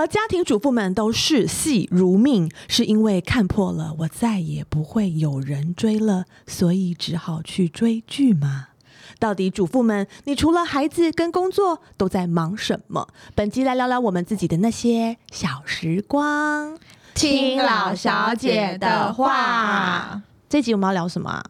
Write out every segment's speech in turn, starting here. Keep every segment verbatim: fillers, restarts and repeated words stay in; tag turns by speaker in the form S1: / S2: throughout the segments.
S1: 家庭主妇们都视戏如命，是因为看破了我再也不会有人追了，所以只好去追剧吗？到底主妇们，你除了孩子跟工作都在忙什么？本集来聊聊我们自己的那些小时光，
S2: 听老小姐的话。
S1: 这集我们要聊什么啊？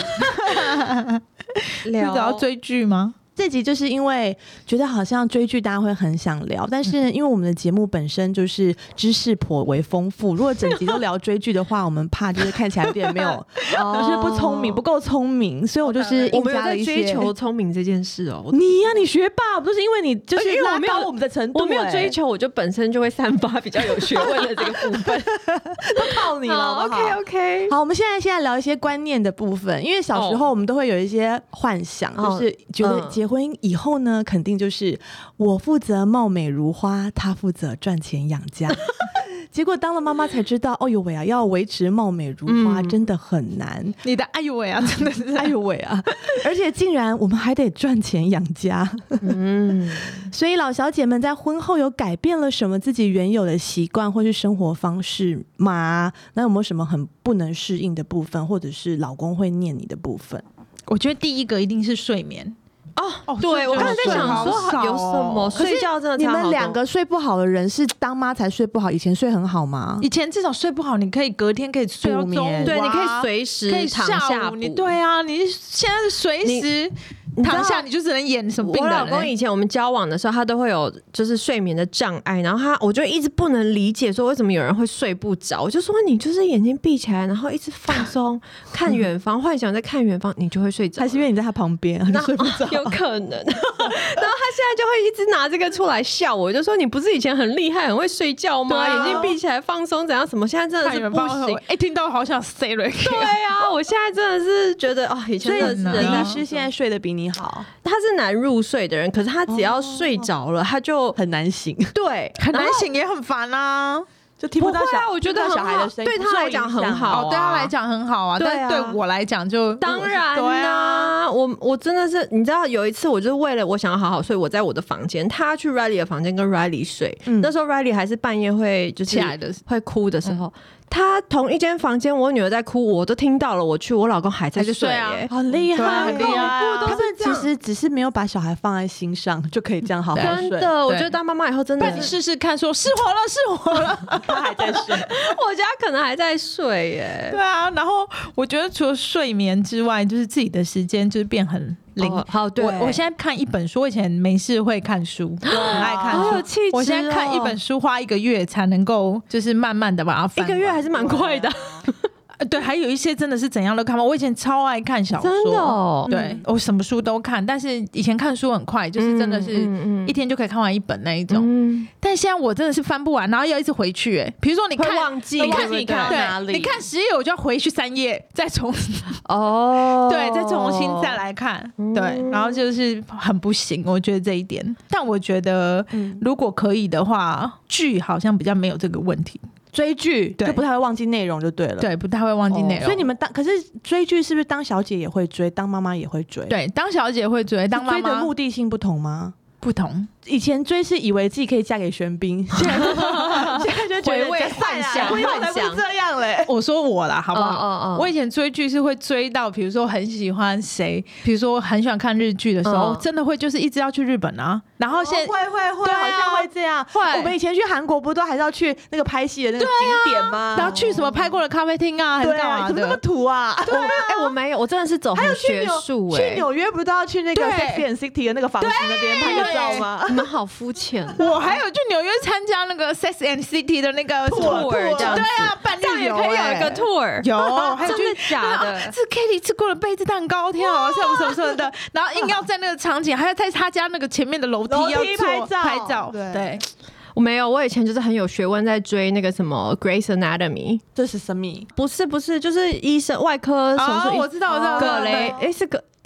S2: 聊要追剧吗？
S1: 这集就是因为觉得好像追剧大家会很想聊，但是因为我们的节目本身就是知识颇为丰富，如果整集都聊追剧的话，我们怕就是看起来有点没有，就是不聪明，不够聪明，所以我就是硬加了一些。
S2: 我们有在追求聪明这件事哦。
S1: 你呀、啊，你学霸不是因为你就是拉高我们的程度、欸，
S2: 我没有追求，我就本身就会散发比较有学问的这个部分，
S1: 都靠你了好不好
S2: ，OK OK。
S1: 好，我们现在现在聊一些观念的部分，因为小时候我们都会有一些幻想，哦、就是觉得结婚以后呢，肯定就是我负责貌美如花，他负责赚钱养家。结果当了妈妈才知道，哦呦喂啊，要维持貌美如花、嗯、真的很难。
S2: 你的哎呦喂啊，真的是
S1: 哎呦喂啊！而且竟然我们还得赚钱养家。嗯，所以老小姐们在婚后有改变了什么自己原有的习惯或是生活方式吗？那有没有什么很不能适应的部分，或者是老公会念你的部分？
S3: 我觉得第一个一定是睡眠。
S2: 哦，哦对，我刚才在想说有什么睡觉真的差好多。
S1: 你们两个睡不好的人是当妈才睡不好，以前睡很好吗？
S3: 以前至少睡不好，你可以隔天可以睡到中午、啊，
S2: 对，你可以随时
S3: 可以
S2: 躺下补。
S3: 你对啊，你现在是随时。躺下你就只能演什么病人、欸、
S2: 我老公以前我们交往的时候，他都会有就是睡眠的障碍，然后他我就一直不能理解说为什么有人会睡不着。我就说你就是眼睛闭起来，然后一直放松看远方，幻想在看远方，你就会睡着。
S1: 还是因为你在他旁边，他就睡不着、哦？
S2: 有可能。然后他现在就会一直拿这个出来笑我，就说你不是以前很厉害很会睡觉吗？啊、眼睛闭起来放松怎样什么？现在真的是不行。
S3: 哎、欸，听到好想 say 了。
S2: 对啊，我现在真的是觉得哦，以前真的是
S1: 人医师现在睡得比你好。
S2: 他是难入睡的人，可是他只要睡着了，哦、他就
S1: 很难醒。
S2: 对，
S3: 很难醒也很烦啊，
S1: 就听不到小，
S2: 啊、我觉得
S1: 小孩的声音，
S2: 对他来讲很好、啊
S3: 哦，对他来讲很好啊，但对我来讲就
S2: 当然啦、啊，我我真的是，你知道有一次，我就是为了我想要好好睡，我在我的房间，他去 Riley 的房间跟 Riley 睡、嗯，那时候 Riley 还是半夜会就是
S3: 起来的，
S2: 会哭的时候。嗯，他同一间房间，我女儿在哭，我都听到了。我去，我老公还在睡、欸，
S3: 啊，
S1: 很厉害，
S3: 很厉害。
S1: 他们其实只是没有把小孩放在心上，就可以这样好好睡。
S2: 真的，我觉得当妈妈以后真的，
S3: 你试试看说，说失火了，失火了，
S1: 他还在睡，
S2: 我家可能还在睡耶。
S3: 对啊，然后我觉得除了睡眠之外，就是自己的时间就是变很。
S2: 哦、好，对，
S3: 我我现在看一本书，我以前没事会看书，很爱看书，
S2: 好有气质哦。
S3: 我现在看一本书花一个月才能够，就是慢慢的把它翻。
S2: 一个月还是蛮快的。
S3: 对，还有一些真的是怎样都看吗？我以前超爱看小说，
S2: 真的哦。
S3: 对、嗯，我什么书都看，但是以前看书很快，就是真的是一天就可以看完一本那一种。嗯、但现在我真的是翻不完，然后要一直回去、欸。比如说你看，
S2: 会忘记，
S3: 你看
S1: 你看哪里？
S3: 你看十页，我就要回去三页，再重
S2: 哦，
S3: 对，再重新再来看，嗯、对，然后就是很不行，我觉得这一点。但我觉得，如果可以的话，剧好像比较没有这个问题。
S1: 追剧就不太会忘记内容就对了，
S3: 对，不太会忘记内容、哦。
S1: 所以你们当可是追剧是不是当小姐也会追，当妈妈也会追？
S3: 对，当小姐会追，当妈妈
S1: 追的目的性不同吗？
S3: 不同。
S1: 以前追是以为自己可以嫁给玄彬，现在现在就觉得
S2: 回味幻想，
S1: 幻想这样嘞。
S3: 我说我啦，好不好？
S2: 哦哦哦，
S3: 我以前追剧是会追到，比如说很喜欢谁，比如说很喜欢看日剧的时候，哦、真的会就是一直要去日本啊。然后现在、
S1: 哦、会会会、啊，好像会这样。
S3: 会，
S1: 我们以前去韩国不都还是要去那个拍戏的那个景点吗？
S3: 啊、然后去什么拍过的咖啡厅啊，还是干嘛的？
S1: 怎么那么土啊？
S2: 对啊，哎、欸，我没有，我真的是走很学术哎、
S1: 欸。去纽约不都要去那个 Sex and City 的那个房子那边拍个照吗？
S2: 你们好肤浅。
S3: 我还有去纽约参加那个 Sex and City 的那个
S2: tour，
S3: 对啊，半日游、欸、
S2: 可以有一个 tour，
S3: 有，还有
S2: 真的假的？
S3: 是 Kelly 吃过了杯子蛋糕，跳啊，什么什么什么的，然后硬要在那个场景，还要在他家那个前面的楼梯要做
S1: 拍照，
S3: 拍照，对。
S1: 对
S2: 我没有，我以前就是很有学问，在追那个什么 Grey's Anatomy，
S1: 这是什么？
S2: 不是不是，就是医生外科手术、
S3: 哦，我知道我知道，
S2: 葛雷，哎、欸、是葛。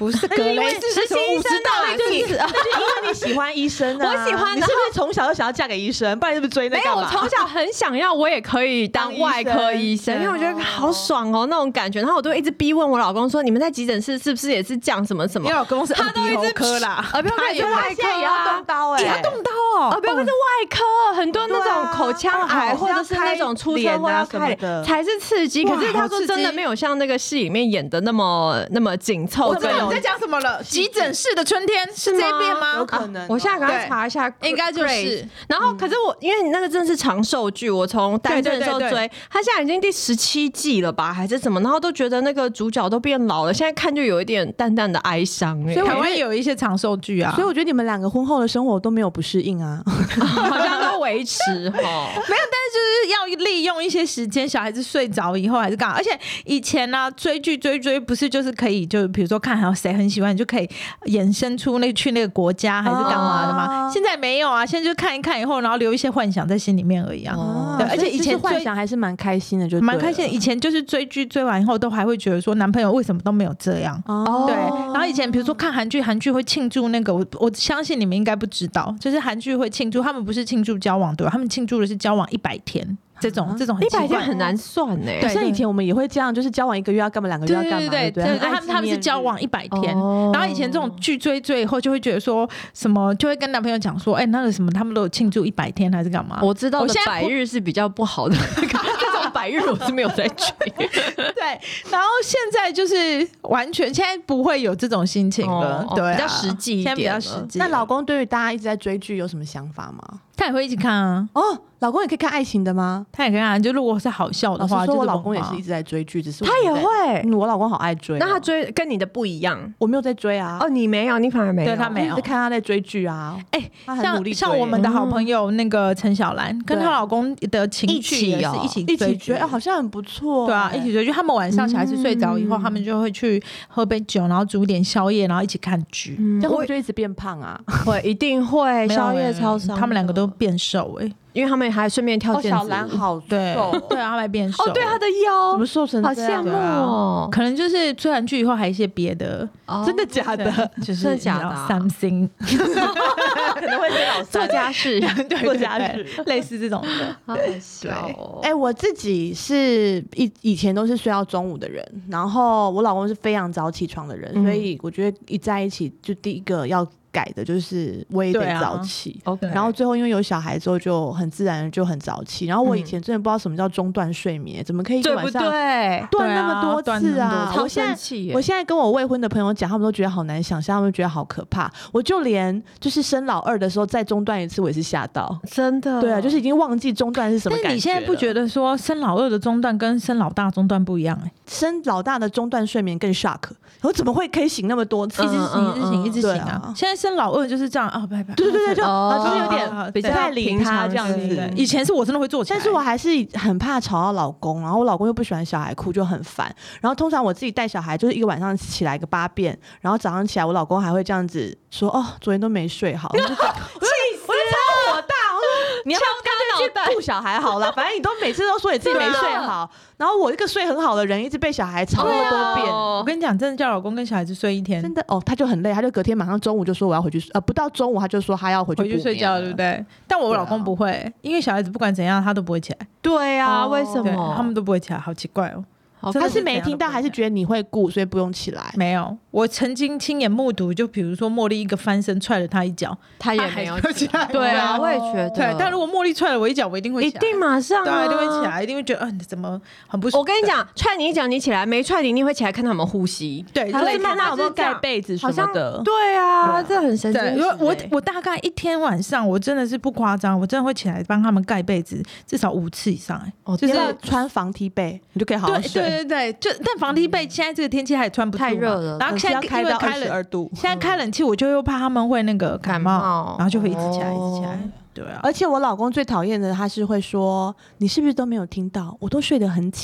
S3: 不是格雷斯，
S2: 实习医生啊，
S1: 就是因为你喜欢医生啊，
S2: 我喜欢
S1: 你是不是从小就想要嫁给医生？不然是不是追那
S2: 没有，我
S1: 干嘛？
S2: 从小很想要，我也可以当外科医生，因为我觉得好爽哦，那种感觉。然后我都一直逼问我老公说：“你们在急诊室是不是也是这样什么什么？”
S3: 你老公是耳鼻喉科啦，
S2: 耳鼻喉科也外科
S1: 也要动刀哎，
S3: 也要动刀哦，
S2: 耳鼻喉科是外科，很多那种口腔癌或者是那种出车祸要开
S1: 的
S2: 才是刺激。可是他说真的没有像那个戏里面演的那么那么紧凑。
S3: 我知道你在讲什么了，急诊室的春天是这一遍吗？
S1: 有可能，
S2: 我现在赶快查一下，
S3: 应该就是。
S2: 然后，可是我因为你那个真的是长寿剧，我从单身的时候追，他现在已经第十七季了吧，还是什么？然后都觉得那个主角都变老了，现在看就有一点淡淡的哀伤。
S3: 所以台湾有一些长寿剧啊，
S1: 所以我觉得你们两个婚后的生活都没有不适应啊，
S2: 好像都维持哈。没有，
S3: 但是就是要利用一些时间，小孩子睡着以后还是干嘛？而且以前呢、啊，追剧追追不是就是可以，就比如说看还有谁很喜欢，你就可以衍生出那去那个国家还是干嘛的吗？哦、现在没有啊，现在就看一看以后，然后留一些幻想在心里面而已啊。哦、对，而且以前
S1: 幻想还是蛮开心的，就
S3: 蛮开心的。以前就是追剧追完以后，都还会觉得说男朋友为什么都没有这样。哦，对。然后以前比如说看韩剧，韩剧会庆祝那个，我我相信你们应该不知道，就是韩剧会庆祝，他们不是庆祝交往对吧？他们庆祝的是交往一百天。这种、啊、这种
S2: 一百天很难算呢、欸，
S1: 像以前我们也会这样，就是交往一个月要干嘛，两个月要干嘛，对对对，
S3: 他们他们是交往一百天，哦、然后以前这种剧追追以后就会觉得说什么，就会跟男朋友讲说，哎、欸，那个什么，他们都有庆祝一百天还是干嘛？
S2: 我知道的百日是比较不好的，这种百日我是没有在追。
S3: 对，然后现在就是完全现在不会有这种心情了，哦、对、啊，
S2: 比较实际一点，
S3: 比较实际。
S1: 那老公对于大家一直在追剧有什么想法吗？
S3: 他也会一起看啊。
S1: 哦，老公也可以看爱情的吗？
S3: 他也可以看，就如果是好笑的话，
S1: 说我老公也是一直在追剧，只是
S2: 他也会、
S1: 嗯。我老公好爱追、哦，
S2: 那他追跟你的不一样，
S1: 我没有在追啊。
S2: 哦，你没有，你反而没有，
S3: 对他没有，
S1: 是看他在追剧啊。
S3: 哎、欸，他很努力追。像像我们的好朋友那个陈小兰，跟她老公的情趣也是一起追剧、
S1: 哦，好像很不错。
S3: 对啊，一起追剧。他们晚上小孩子睡着以后、嗯，他们就会去喝杯酒，然后煮点宵夜，然后一起看剧。
S1: 嗯，这样会不会就一直变胖啊？
S2: 会，一定会。宵夜超伤，
S3: 他们两个都变瘦哎、欸。
S2: 因为他们还顺便跳毽子舞，
S1: 哦、小兰好瘦，
S3: 对对啊，他们变瘦，
S2: 哦，对他的腰
S1: 怎么瘦成
S2: 这样，好羡慕哦。
S3: 可能就是追完剧以后还有一些别的，
S1: 哦、真的假的？
S3: 就是
S2: 真的假的
S3: ？something
S1: 可能会是老
S2: 做家事，
S3: 对，做家事，类似这种的，
S2: 好笑哦。
S1: 哎、欸，我自己是以以前都是睡到中午的人，然后我老公是非常早起床的人，嗯、所以我觉得一在一起就第一个要改的就是我也得早起、
S3: 啊 okay、
S1: 然后最后因为有小孩之后就很自然就很早起，然后我以前真的不知道什么叫中断睡眠、嗯、怎么可以一个晚上
S2: 对
S1: 断那么多次啊，
S2: 我现在
S1: 我现在跟我未婚的朋友讲，他们都觉得好难想象，他们觉得好可怕，我就连就是生老二的时候再中断一次我也是吓到，
S2: 真的。
S1: 对啊，就是已经忘记中断是什么感觉。
S3: 但你现在不觉得说生老二的中断跟生老大中断不一样、欸、
S1: 生老大的中断睡眠更 shock， 我怎么会可以醒那么多次，
S3: 一直醒一直醒一直醒啊、嗯、现在生老二就是这样啊，拜拜，
S1: 对对对，就、
S2: 哦、
S1: 就是有点不太理他这样子。
S3: 以前是我真的会做起来，
S1: 但是我还是很怕吵到老公，然后我老公又不喜欢小孩哭，就很烦。然后通常我自己带小孩，就是一个晚上起来个八遍，然后早上起来我老公还会这样子说：“哦，昨天都没睡好。”我就气死，我就超火大，我说你要不要干脆去顾小孩好了，反正你都每次都说你自己没睡好。然后我一个睡很好的人，一直被小孩吵那么多遍。
S3: 哦、我跟你讲，真的叫老公跟小孩子睡一天，
S1: 真的哦，他就很累，他就隔天马上中午就说我要回去，呃，不到中午他就说他要回去
S3: 回去睡觉，对不对？但我老公不会、啊，因为小孩子不管怎样他都不会起来。
S2: 对啊，哦、为什么
S3: 他们都不会起来？好奇怪哦。
S1: 他是没听到，还是觉得你会顾，所以不用起来？
S3: 没有，我曾经亲眼目睹，就比如说茉莉一个翻身踹了他一脚，
S2: 他也没有
S3: 起来。
S2: 对啊，我也觉得。
S3: 对，但如果茉莉踹了我一脚，我一定会起来，
S2: 一定马上、啊，
S3: 对，一定会起来，一定会觉得，嗯、呃，怎么很不舒服？
S2: 我跟你讲，踹你一脚你起来，没踹你你会起来看他们呼吸。
S3: 对，
S1: 他是慢慢有没有盖被子什么的。
S2: 对啊，这很神奇。
S3: 因为我我大概一天晚上，我真的是不夸张，我真的会起来帮他们盖被子，至少五次以上、欸。哎、
S1: 哦，就是穿防踢被，你就可以好好睡。
S3: 对对对，就。但防踢被现在这个天气他也穿不住，
S2: 太热了。
S3: 然后现在
S1: 开到二十二度，
S3: 现在开冷气，我就又怕他们会那个感冒，感冒然后就会一直起来，哦、一直起来。对啊，
S1: 而且我老公最讨厌的，他是会说：“你是不是都没有听到？我都睡得很浅，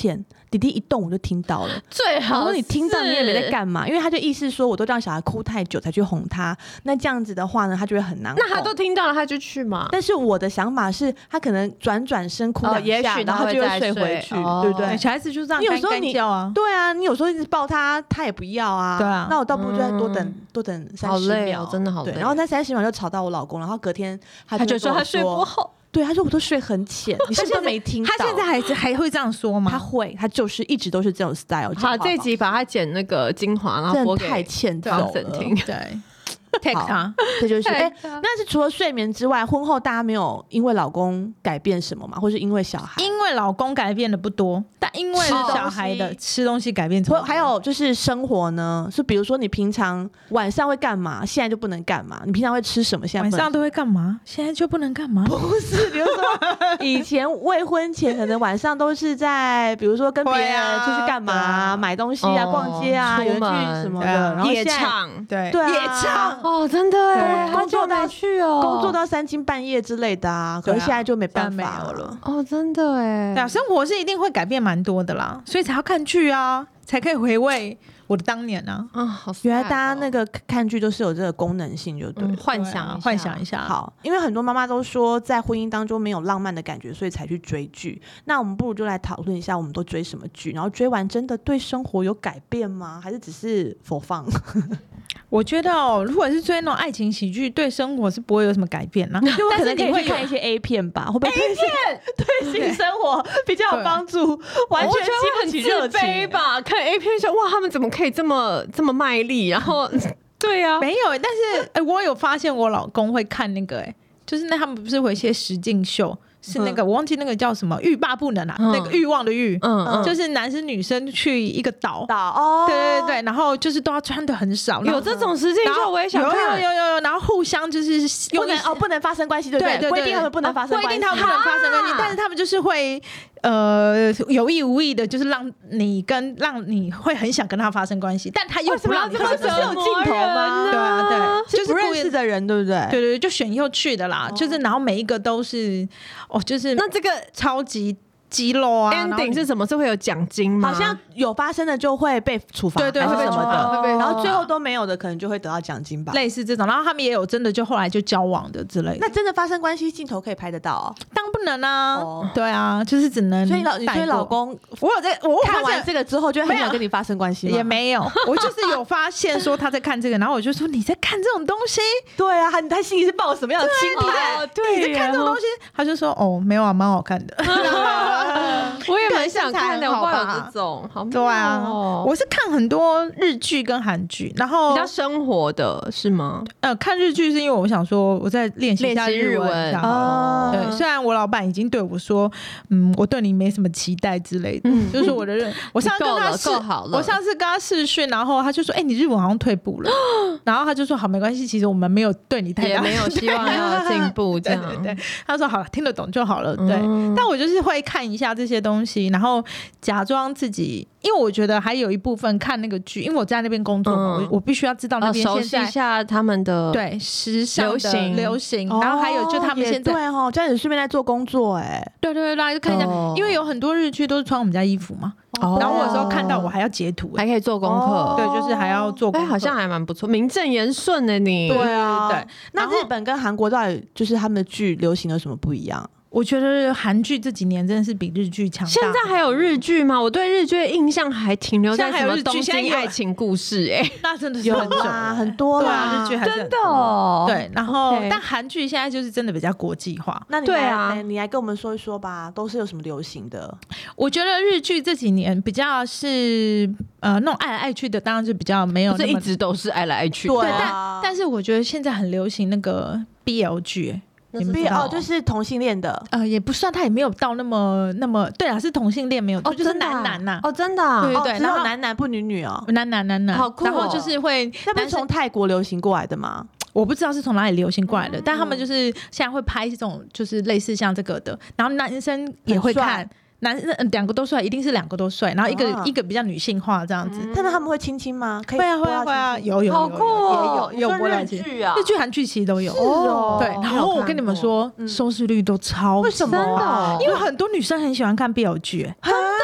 S1: 弟弟一动我就听到了。
S2: 最好
S1: 然后你听到你也没在干嘛，因为他就意思说我都让小孩哭太久才去哄他，那这样子的话呢，他就会很难哄。
S2: 那他都听到了，他就去嘛。
S1: 但是我的想法是，他可能转转身哭两下，
S2: 哦也许
S1: 然后他就会
S2: 他会再
S1: 睡回去，
S2: 睡哦
S1: 对不对？
S3: 小孩子就这样
S1: 你有时候你
S3: 干干叫啊，
S1: 对啊，你有时候一直抱他，他也不要啊。
S3: 对啊
S1: 那我倒不如就再多等、
S2: 嗯
S1: 多等三
S2: 好
S1: 十秒，
S2: 累哦真的好累
S1: 对，然后那三十秒就吵到我老公，然后隔天他
S2: 他
S1: 就跟我
S2: 就说他睡不好。
S1: 对，他说我都睡很浅，你是不是都没听到？
S3: 他现在还是还会这样说吗？
S1: 他会，他就是一直都是这种 style 讲话
S2: 好，
S1: 法。
S2: 这一集把他剪那个精华，然后播给
S1: 真的太欠揍了。
S2: Vincent 听。
S3: 对，take
S1: 好
S3: 他。
S1: 这就是哎、
S2: Take 他
S1: 那是除了睡眠之外，婚后大家没有因为老公改变什么吗？或是因为小孩？
S3: 因为老公改变的不多，但因为
S1: 吃东西
S3: 小孩的吃东西改变超多，
S1: 或还有就是生活呢？是比如说你平常晚上会干嘛，现在就不能干嘛？你平常会吃什么？现在不能
S3: 晚上都会干嘛？现在就不能干嘛？
S1: 不是，比如说以前未婚前可能晚上都是在，比如说跟别
S3: 会
S1: 人
S3: 啊
S1: 出去干嘛、
S3: 对啊
S1: 买东西啊、
S2: 哦
S1: 逛街啊、
S2: 出
S1: 有人去
S2: 门
S1: 什么的，
S3: 对啊
S2: 夜
S1: 然后现在
S2: 唱，
S3: 对
S1: 对啊
S3: 夜唱
S2: 哦，真的哎，
S3: 对
S2: 好久没去哦，
S1: 工作到三更半夜之类的啊，可是
S3: 对啊
S1: 现在就没办
S3: 现在
S1: 法
S3: 没有了。
S2: 哦，真的哎，
S3: 对啊，生活是一定会改变蛮多的啦，所以才要看剧啊，才可以回味我的当年啊。
S2: 啊，好 sad 哦，
S1: 原来大家那个看剧都是有这个功能性，就对了。
S2: 嗯幻
S3: 对啊
S2: 想一下
S3: 幻想一下，
S1: 好，因为很多妈妈都说在婚姻当中没有浪漫的感觉，所以才去追剧。那我们不如就来讨论一下，我们都追什么剧？然后追完真的对生活有改变吗？还是只是for fun？
S3: 我觉得哦，如果是追那种爱情喜剧，对生活是不会有什么改变啦。
S1: 就我可
S3: 但是
S1: 能可以
S3: 你会有
S1: 去看一些 A 片吧，会不会 A 片对性生活比较有帮助？完全
S2: 我觉得
S1: 激不
S2: 会很自
S1: 起热情
S2: 卑吧？看 A 片说哇，他们怎么可以这么这么卖力？然后对呀，
S3: 没有，但是哎、我有发现我老公会看那个、哎，就是那他们不是会有一些实境秀，是那个、我忘记那个叫什么，欲罢不能啊，
S2: 嗯
S3: 那个欲望的欲，
S2: 嗯嗯，
S3: 就是男生女生去一个岛，
S1: 到哦，
S3: 对对对，然后就是都要穿的很少，然后
S2: 有这种实境
S3: 然后
S2: 秀，我也想
S3: 有
S2: 看。
S3: 有有有有，然后互相就是
S1: 不
S3: 用一
S1: 能哦，不能发生关系，对不
S3: 对对对，
S1: 规定他们不能发生
S3: 哦
S1: 关系，
S3: 规定他们不能发生关系，但是他们就是会呃有意无意的，就是让你跟让你会很想跟他发生关系，但他又不让你发生
S1: 这不是有镜头吗？
S3: 对啊对，
S1: 是不认识的人，对不对？
S3: 对对对，就选又去的啦，就是然后每一个都是哦，就是
S2: 那这个
S3: 超级肌肉啊
S2: ending 是什么？是会有奖金吗？
S1: 好像有发生的就会被处罚，
S3: 对对
S1: 还是
S3: 会被处罚
S1: 什么的，
S2: 会被
S1: 然后最后都没有的，可能就会得到奖金吧。
S3: 类似这种，然后他们也有真的就后来就交往的之类的，
S1: 那真的发生关系镜头可以拍得到哦，
S3: 当然不能啊，
S1: 哦
S3: 对啊，就是只能
S1: 所以老你
S3: 带过
S1: 所以老公
S3: 我有在，我
S1: 看完
S3: 发现
S1: 这个之后就会很想跟你发生关系吗？
S3: 也没有，我就是有发现说他在看这个，然后我就说你在看这种东西，
S1: 对啊，他他心里是抱什么样的心态？
S2: 哦，
S3: 你
S2: 对
S3: 在看这种东西，他就说哦没有啊，蛮好看的。
S2: 我也蛮想看的，
S3: 个人身材很好
S2: 我不知道有
S3: 吧
S2: 这种，好
S3: 对啊，
S2: 妙哦
S3: 我是看很多日剧跟韩剧，然后
S2: 比较生活的是吗？
S3: 呃看日剧是因为我想说我在练习一下
S2: 练习日文
S3: 文，这样
S1: 哦
S3: 对，虽然我老板已经对我说，嗯，我对你没什么期待之类的，
S2: 嗯
S3: 就是我的认，我上次跟
S2: 够了
S3: 他试
S2: 够好了
S3: 我上次跟他试训，然后他就说，哎、你日文好像退步了，然后他就说，好，没关系，其实我们没有对你太大
S2: 也没有希望要进步，这
S3: 对
S2: 样
S3: 对对，他说好，听得懂就好了，对。
S2: 嗯
S3: 但我就是会看一下这些东西，然后假装自己，因为我觉得还有一部分看那个剧，因为我在那边工作嘛，
S2: 嗯
S3: 我我必须要知道那
S2: 呃熟悉一
S3: 边现在。
S2: 下他们的
S3: 对时尚的
S2: 流行
S3: 流行，然后还有就他们
S1: 也
S3: 现在
S1: 对哦，这样子顺便在做工作哎，
S3: 对对对对，就看一下，
S2: 哦
S3: 因为有很多日剧都是穿我们家衣服嘛，
S2: 哦
S3: 然后我有时候看到我还要截图、欸，
S2: 还可以做功
S1: 哦
S2: 课，
S3: 对，就是还要做功
S2: 哎，
S3: 课，
S2: 好像还蛮不错，名正言顺的你。
S1: 对啊，
S3: 对对
S1: 那
S3: 然后
S1: 日本跟韩国到底就是他们的剧流行有什么不一样？
S3: 我觉得韩剧这几年真的是比日剧强大。
S2: 现在还有日剧吗？我对日剧的印象还停留在
S3: 现在还有日剧
S2: 什么东
S3: 现在有
S2: 京爱情故事，哎，
S3: 那真的是
S1: 有
S3: 很久
S1: 啦，
S3: 了
S1: 很多啦，
S3: 对啊，日剧还是很
S2: 真的哦。
S3: 对，然后
S2: OK
S3: 但韩剧现在就是真的比较国际化。
S1: 那你来
S2: 对啊
S1: 来你来跟我们说一说吧，都是有什么流行的？
S3: 我觉得日剧这几年比较是呃那种爱来爱去的，当然是比较没有
S2: 不是一
S3: 那么
S2: 直都是爱来爱去的。
S3: 对，
S1: 对
S3: 但
S1: 啊
S3: 但是我觉得现在很流行那个 B L 剧、欸你们知
S1: B
S3: 道
S1: 哦，就是同性恋的，
S3: 呃，也不算，他也没有到那么那么，对啊，是同性恋没有，
S2: 哦，
S3: 就是
S2: 真的啊
S3: 男男呐、
S2: 哦，真的啊，
S1: 哦只有
S3: 对对然后
S1: 男男不女女哦。
S3: 男男男男，
S2: 好酷哦
S3: 然后就是会
S1: 那不是
S3: 男生
S1: 从泰国流行过来的吗？
S3: 我不知道是从哪里流行过来的，但他们就是现在会拍这种就是类似像这个的，然后男生也会
S1: 很帅
S3: 看。男生呃两个都帅，一定是两个都帅，然后一个、
S1: 啊
S3: 一个比较女性化这样子。
S1: 但是他们会亲亲吗？可以
S3: 会啊会
S1: 不要
S3: 啊会啊，
S1: 亲亲
S3: 有有有
S2: 好酷哦！
S3: 有有有
S2: 你说日
S3: 播到一起
S2: 剧啊，
S3: 日剧、韩剧其实都有。
S1: 哦
S3: 对，然后我跟你们说，收视率都超
S1: 为什么
S2: 真的
S1: 啊
S2: 哦？
S3: 因为很多女生很喜欢看 B L 剧、欸
S1: 真的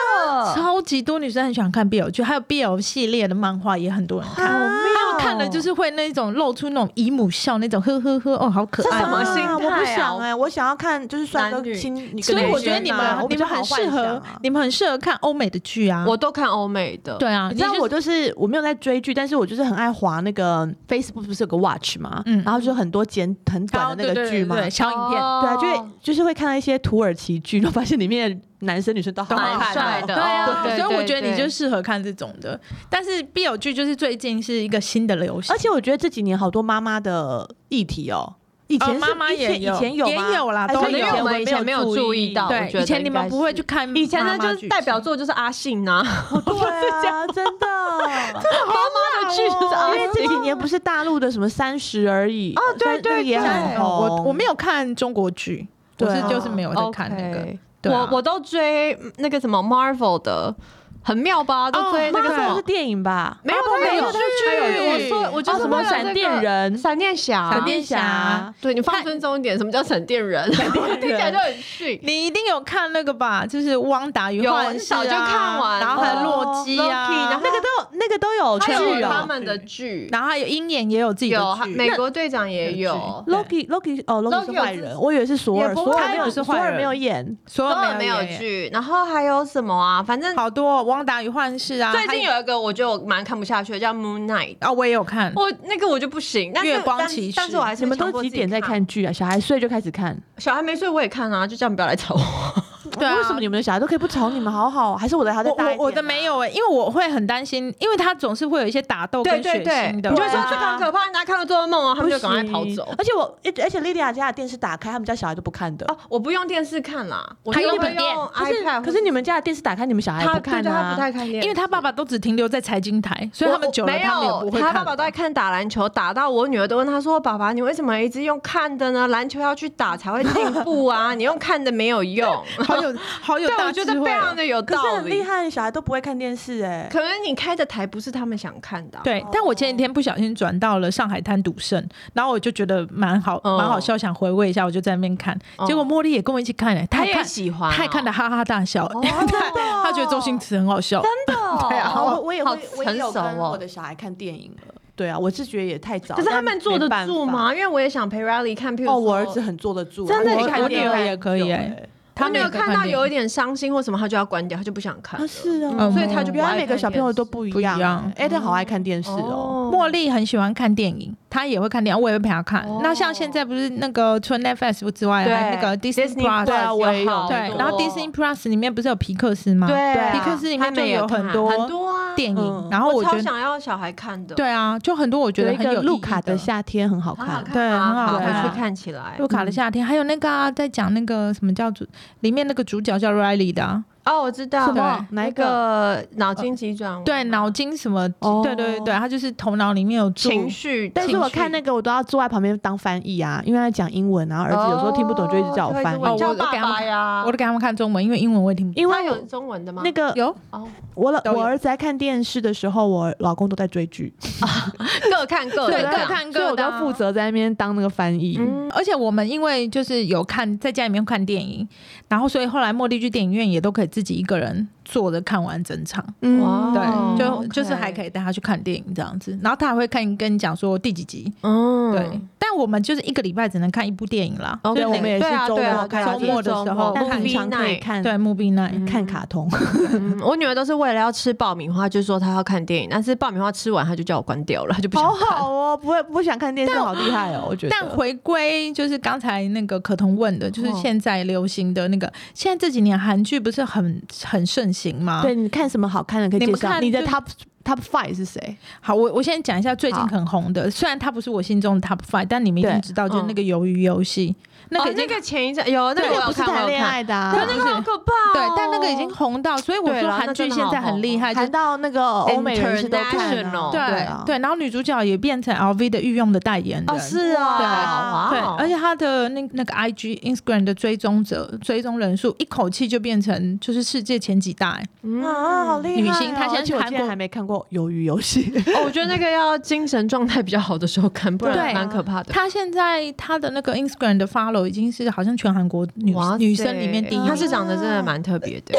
S3: 超级多女生很喜欢看 B L 剧，还有 B L 系列的漫画也很多人看。他们看了就是会那种露出那种姨母笑，那种呵呵呵，哦，好可爱。
S2: 什么心态啊？
S1: 我不想哎、欸，我想要看就是帅哥亲，
S3: 所以我觉得你们你们很适合，你们很适合看欧美的剧啊。
S2: 我都看欧美的。
S3: 对啊，
S1: 你知道我就是我没有在追剧，但是我就是很爱滑那个 Facebook 不是有个 Watch 嘛，嗯，然后就很多剪很短的那个剧嘛，
S3: 对小影片，
S1: 对啊，就会就是会看到一些土耳其剧，然后发现里面的男生女生都好
S2: 蛮帅的，
S3: 对啊，所以我觉得你就适合看这种的。但是 B L 剧就是最近是一个新的流行，
S1: 而且我觉得这几年好多妈妈的议题哦。以前
S3: 妈妈也
S1: 有，以前有
S3: 也有啦，都有。
S2: 我们以前没有注意到，
S3: 对，以前你们不会去看。
S2: 以前呢，就是代表作就是阿信呐，
S1: 对啊，真的，
S2: 妈妈的剧就是阿信。
S1: 因为这几年不是大陆的什么三十而已
S3: 哦，对对，
S1: 也很红。
S3: 我我没有看中国剧，我是就是没有在看那个。
S2: 我我都追那个什么 Marvel 的。很妙吧？都追那个什么
S1: 是电影吧？
S2: 没有，它有剧。我说，我就是
S1: 什么闪电人、
S2: 闪电侠、
S3: 闪电侠。
S2: 对你放尊重一点，什么叫闪电人？听起来就很逊。
S3: 你一定有看那个吧？就是《汪达与幻视》
S2: 早就看完，
S3: 然后还有洛基啊，
S1: 那个都有，那个都有剧
S2: 他们的剧，
S3: 然后还有鹰眼也有自己的剧，
S2: 美国队长也有。
S1: Loki Loki 哦 Loki 是坏人，我以为是索尔，索尔没有，索尔没有演，
S3: 索尔
S2: 没有剧。然后还有什么啊？反正
S3: 好多。汪达与幻视啊，
S2: 最近有一个我就蛮看不下去的，叫 Moon Knight
S3: 啊，我也有看，
S2: 我那个我就不行。但是
S3: 月光骑士，
S2: 但是我还是
S1: 你们都几点在看剧啊？小孩睡就开始看，
S2: 小孩没睡我也看啊，就这样不要来吵我。
S3: 对啊，
S1: 为什么你们的小孩都可以不吵你们？好好，还是我的还在大一点？
S3: 我我的没有哎、欸，因为我会很担心，因为他总是会有一些打斗跟血腥的，
S2: 你就说这个很可怕，人家看了做噩梦啊，他们就赶快逃走。
S1: 而且我，而且莉莉亚家的电视打开，他们家小孩都不看的。
S2: 哦，我不用电视看啦，我
S3: 还有
S2: 用
S1: iPad。可是你们家的电视打开，你们小孩不看啊？
S2: 他不太看电视，
S3: 因为他爸爸都只停留在财经台，所以他们久了他们也不会
S2: 看。他爸爸都在看打篮球，打到我女儿都问他说：“爸爸，你为什么一直用看的呢？篮球要去打才会进步啊，你用看的没有用。”
S3: 好有好有大智慧，
S2: 我觉得非常的有道理。
S1: 可是很厉害，小孩都不会看电视哎、欸。
S2: 可能你开的台不是他们想看的、啊。
S3: 对，但我前几天不小心转到了上海滩赌圣，然后我就觉得蛮好，蛮、哦、好笑，想回味一下，我就在那边看。哦、结果茉莉也跟我一起看、欸，
S2: 她也喜欢、哦，
S3: 她也看得哈哈大笑。
S2: 哦、
S3: 她觉得周星驰很好笑，
S2: 真的、哦。
S1: 对啊，我我也会，我
S2: 也
S1: 有跟我的小孩看电影了。对啊，我是觉得也太早。
S2: 可是他们坐得住吗？因为我也想陪 Riley 看。譬如
S1: 哦，我儿子很坐得住，
S2: 真的，
S3: 我我女儿也可以哎、欸。
S2: 他没有看到有一点伤心或什么，他就要关掉，他就不想看了。
S1: 是啊，
S2: 嗯、所以他就
S1: 原来每个小朋友都不一样。Eden 好爱看电视哦，
S3: 茉莉很喜欢看电影，她也会看电影，我也会陪她看。哦、那像现在不是那个除了 Netflix 之外，还有那个 Disney Plus，
S1: 对啊，我也有。
S3: 对，然后 Disney Plus 里面不是有皮克斯吗？
S2: 对，
S3: 皮克斯里面就有很多
S2: 很多啊
S3: 电影。然后我
S2: 超想要小孩看的。
S3: 对啊，就很多我觉得很有
S1: 路卡的夏天很好看，
S3: 对，很好看，
S2: 去看起来。
S3: 路卡的夏天，还有那个在讲那个什么叫做里面那个主角叫 Riley 的。
S2: 哦，我知道，
S1: 什么哪一
S2: 个脑筋急转弯？
S3: 对，脑筋什么？对对对，他就是头脑里面有
S2: 情绪。
S1: 但是我看那个，我都要坐在旁边当翻译啊，因为他讲英文，然后儿子有时候听不懂，就一直叫我翻译。
S3: 哦，我给他们呀，我都给他们看中文，因为英文我也听不懂。
S2: 因为有中文的吗？
S1: 那个
S3: 有
S2: 哦。
S1: 我我儿子在看电视的时候，我老公都在追剧，
S2: 各看各的，
S3: 各看各的，
S1: 我都负责在那边当那个翻译。
S3: 嗯，而且我们因为就是有看在家里面看电影，然后所以后来茉莉去电影院也都可以自己一个人坐着看完整场。嗯，对，就
S2: okay.
S3: 就是还可以带他去看电影这样子，然后他还会看跟你讲说第几集。
S2: 嗯，
S3: 对。但我们就是一个礼拜只能看一部电影啦。
S1: 哦，对，我们也是周末看，
S3: 周末的时候
S1: 平常可以看。
S3: 对，Movie Night
S1: 看卡通。
S2: 我女儿都是为了要吃爆米花，就说她要看电影，但是爆米花吃完，她就叫我关掉了，她就不想看。
S1: 好好哦，不会不想看电视，好厉害哦，我觉得。
S3: 但回归就是刚才那个可彤问的，就是现在流行的那个，现在这几年韩剧不是很很盛行吗？
S1: 对，你看什么好看的可以介绍？你的 top top five 是谁？
S3: 好，我我先讲一下最近很红的，虽然它不是我心中的 top five， 但你们一定知道，就是那个鱿鱼游戏。那个、
S2: 哦、那个前一阵有那个
S1: 不是谈恋爱的、啊，
S2: 那个好可怕、
S3: 哦。对，但那个已经红到，所以我说韩剧现在很厉害，
S1: 谈到那个欧美人士都看
S2: 了。
S3: 对对、啊、对，然后女主角也变成 L V 的御用的代言人。
S2: 哦，是啊，
S3: 对、
S2: 哇
S3: 对，而且她的那那个 I G、Instagram 的追踪者、追踪人数，一口气就变成就是世界前几大。
S1: 嗯啊，好厉害、哦！
S3: 女星，她现在去韩国
S1: 还没看过《鱿鱼游戏》
S2: 哦，我觉得那个要精神状态比较好的时候看，不然蛮可怕的。
S3: 她现在她的那个 Instagram 的 follow 已经是好像全韩国女女生里面第一，
S2: 她是长得真的蛮特别的。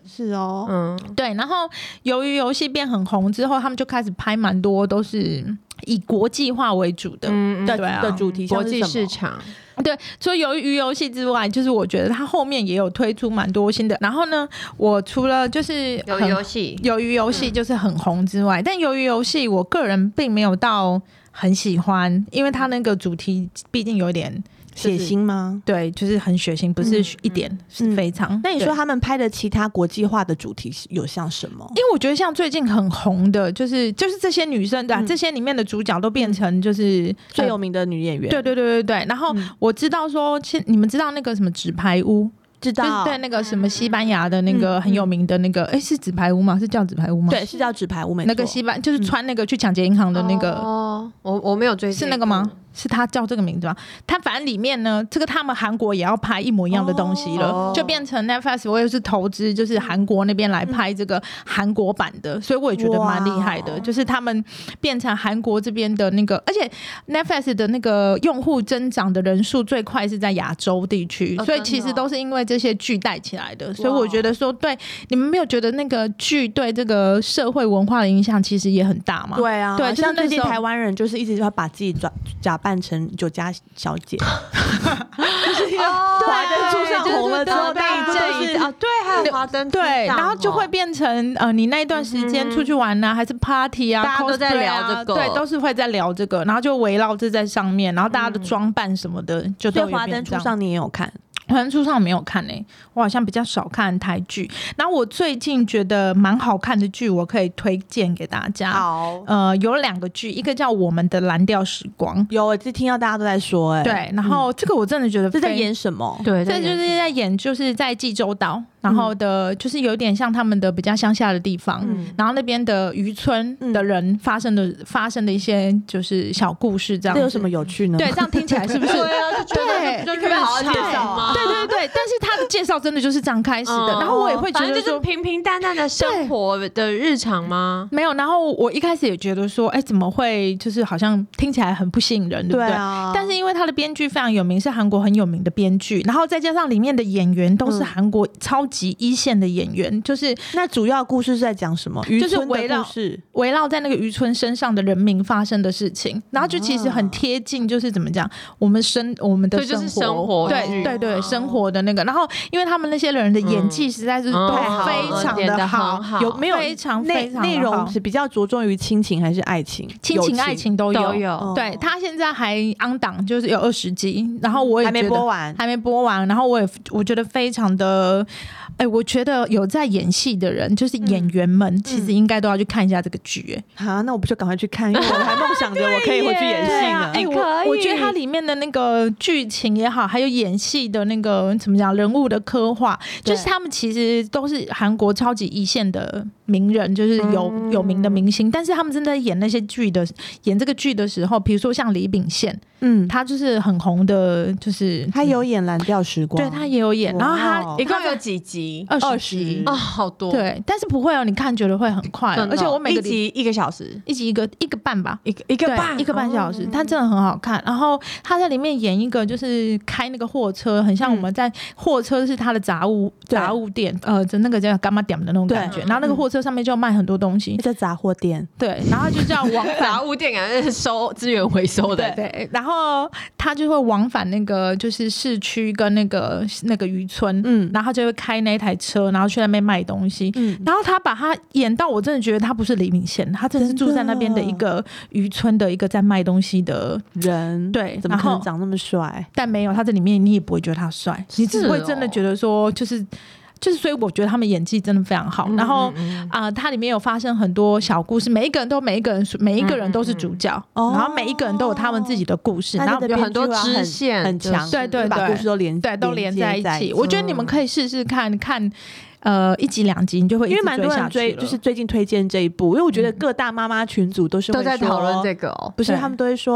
S1: 是哦，
S2: 嗯，
S3: 对，然后由于游戏变很红之后，他们就开始拍蛮多都是以国际化为主的，
S2: 嗯
S1: 的
S3: 对啊
S1: 的主题像
S2: 国际
S1: 是什么
S2: 市场，
S3: 对，除了由于游戏之外，就是我觉得它后面也有推出蛮多新的。然后呢，我除了就是
S2: 有
S3: 很
S2: 游戏，
S3: 鱿鱼游戏就是很红之外，但鱿鱼游戏我个人并没有到很喜欢，因为它那个主题毕竟有点
S1: 血腥吗？
S3: 对，就是很血腥，不是一点，是非常。
S1: 那你说
S3: 对
S1: 他们拍的其他国际化的主题有像什么？
S3: 因为我觉得像最近很红的，就是就是这些女生对、啊
S1: 嗯
S3: 这些里面的主角都变成就是、
S1: 最有名的女演员？
S3: 对对对对对。然后
S1: 嗯
S3: 我知道说，现你们知道那个什么纸牌屋？就是
S1: 知道，
S3: 对那个什么西班牙的那个很有名的那个，哎、是纸牌屋吗？是叫纸牌屋吗？
S1: 对，是叫纸牌屋，没错。
S3: 那个西班就是穿那个去抢劫银行的那个，
S2: 哦，我我没有追，
S3: 是那个吗？是他叫这个名字吗？他反正里面呢，这个他们韩国也要拍一模一样的东西了，
S1: 哦
S3: 就变成 Netflix 我也是投资，就是韩国那边来拍这个韩国版的，所以我也觉得蛮厉害的，
S1: 哇
S3: 就是他们变成韩国这边的那个，而且 Netflix 的那个用户增长的人数最快是在亚洲地区，
S2: 哦
S3: 所以其实都是因为这些剧带起来的，所以我觉得说，对你们没有觉得那个剧对这个社会文化的影响其实也很大吗？
S1: 对啊，
S3: 对就是
S1: 像最近
S3: 那时候
S1: 台湾人就是一直要把自己假假扮成酒家小姐，就是要华灯初上红了之后，大家都是
S2: 啊，对，还有华灯初上
S3: 对，然后就会
S2: 哦
S3: 变成呃，你那一段时间出去玩呢、啊，还是 party 啊，
S2: 大家都在
S3: cosplay
S2: 聊
S3: 啊
S2: 这个
S3: 对，都是会在聊这个，然后就围绕这在上面，然后大家的装扮什么的，就都
S1: 所以华
S3: 有变这样。
S1: 灯初上你也有看？
S3: 华灯初上我没有看诶、欸我好像比较少看台剧。然后我最近觉得蛮好看的剧，我可以推荐给大家。
S1: 好，
S3: 呃，有两个剧，一个叫《我们的蓝调时光》，
S1: 有我就听到大家都在说、哎，
S3: 对，然后这个我真的觉得非
S1: 这在演什么？
S2: 对，
S3: 这就是在演，就是在济州岛，然后的，就是有点像他们的比较乡下的地方，
S1: 嗯
S3: 然后那边的渔村的人发生的、发生的一些就是小故事，这样子
S1: 这有什么有趣呢？
S3: 对，这样听起来是不是？
S2: 对啊，就觉得就
S3: 对
S2: 可以好好介绍啊，
S3: 对对对，但是他的介绍真的就是这样开始的，然后我也会觉
S2: 反正就是
S3: 得说。
S2: 平平淡淡的生活的日常吗？
S3: 没有，然后我一开始也觉得说，哎，怎么会就是好像听起来很不吸引人，对不对？
S1: 对啊，
S3: 但是因为他的编剧非常有名，是韩国很有名的编剧，然后再加上里面的演员都是韩国超级一线的演员，就是
S1: 那主要故事是在讲什么？渔村的
S3: 围绕
S1: 故事，
S3: 围绕在那个渔村身上的人民发生的事情，然后就其实很贴近，就是怎么讲，我们生我们的
S2: 对就是
S3: 生
S2: 生活
S3: 对
S2: 剧
S3: 对对，
S2: 哦
S3: 生活的那个。然后因为他们那些人的演技实在是都
S2: 嗯
S3: 非常
S2: 演得
S3: 的好，
S2: 很好
S3: 有没有非常
S1: 内
S3: 非常的
S1: 内容
S3: 好
S1: 是比较着重于亲情还是爱情？
S3: 亲情、爱情都有。
S2: 都有
S1: 哦
S3: 对，他现在还 on 档，就是有二十集，然后我也
S1: 还没
S3: 觉得
S1: 播完
S3: 还没播完，然后我也我觉得非常的，哎、我觉得有在演戏的人，就是演员们，其实应该都要去看一下这个剧、哎、
S1: 啊，那我不就赶快去看，因为我还梦想着我可以回去演戏呢。
S3: 哎、
S2: 可
S3: 我
S2: 以
S3: 我觉得它里面的那个剧情也好，还有演戏的那个怎么讲，人物的刻画，
S1: 对
S3: 就是他们其实都是韩国超级一线的名人，就是有、有名的明星，但是他们真的演那些剧的演这个剧的时候，比如说像李秉宪，
S1: 嗯，
S3: 他就是很红的，就是
S1: 他有演《蓝调时光》，
S3: 对他也有演，然后他
S1: 哇
S2: 一共有几集？
S3: 二
S1: 二
S3: 十集
S2: 啊，好多，，
S3: 对，但是不会哦，你看觉得会很快哦，
S2: 真的
S3: 而且我每个礼
S2: 一集一个小时，
S3: 一集一个一个半吧，
S2: 一个一个
S3: 对
S2: 半，
S3: 一个半小时，它真的很好看。然后他在里面演一个就是开那个货车，很像我们在货车是他的杂物
S1: 对
S3: 杂物店，呃，就那个叫干嘛点的那种感觉。
S2: 对
S3: 然后那个货车上面就卖很多东西，
S1: 在杂货店，
S3: 对，然后就叫往
S2: 杂
S3: 返。
S2: 物店感觉是收资源回收的，
S3: 对，然后他就会往返那个就是市区跟那个那个渔村，
S1: 嗯
S3: 然后就会开那一台车，然后去那边卖东西。
S1: 嗯，
S3: 然后他把他演到，我真的觉得他不是李秉宪，他真的是住在那边的一个渔村的一个在卖东西的，
S1: 人
S3: 对
S1: 怎么可
S3: 然后
S1: 能长那么帅？
S3: 但没有他在里面，你也不会觉得他帅，你只会真的觉得说就是。就是，所以我觉得他们演技真的非常好。然后啊、呃，它里面有发生很多小故事，每一个人都每一个人每一个人都是主角，
S1: 嗯
S3: 然后每一个人都有他们自己的故事，然后
S1: 那这个
S2: 有很多
S1: 编剧啊
S2: 支线就是
S1: 很强，
S3: 对对
S1: 就把
S3: 对
S1: 故事都连
S3: 对都连在一起。
S1: 接在起。
S3: 我觉得你们可以试试看看，呃，一集两集你就会一直
S1: 因为蛮多人
S3: 追下去
S1: 追，
S3: 了
S1: 就是最近推荐这一部，因为我觉得各大妈妈群组都是会
S2: 都在
S1: 说
S2: 讨论这个哦。
S1: 不是
S3: 对
S1: 他们都会说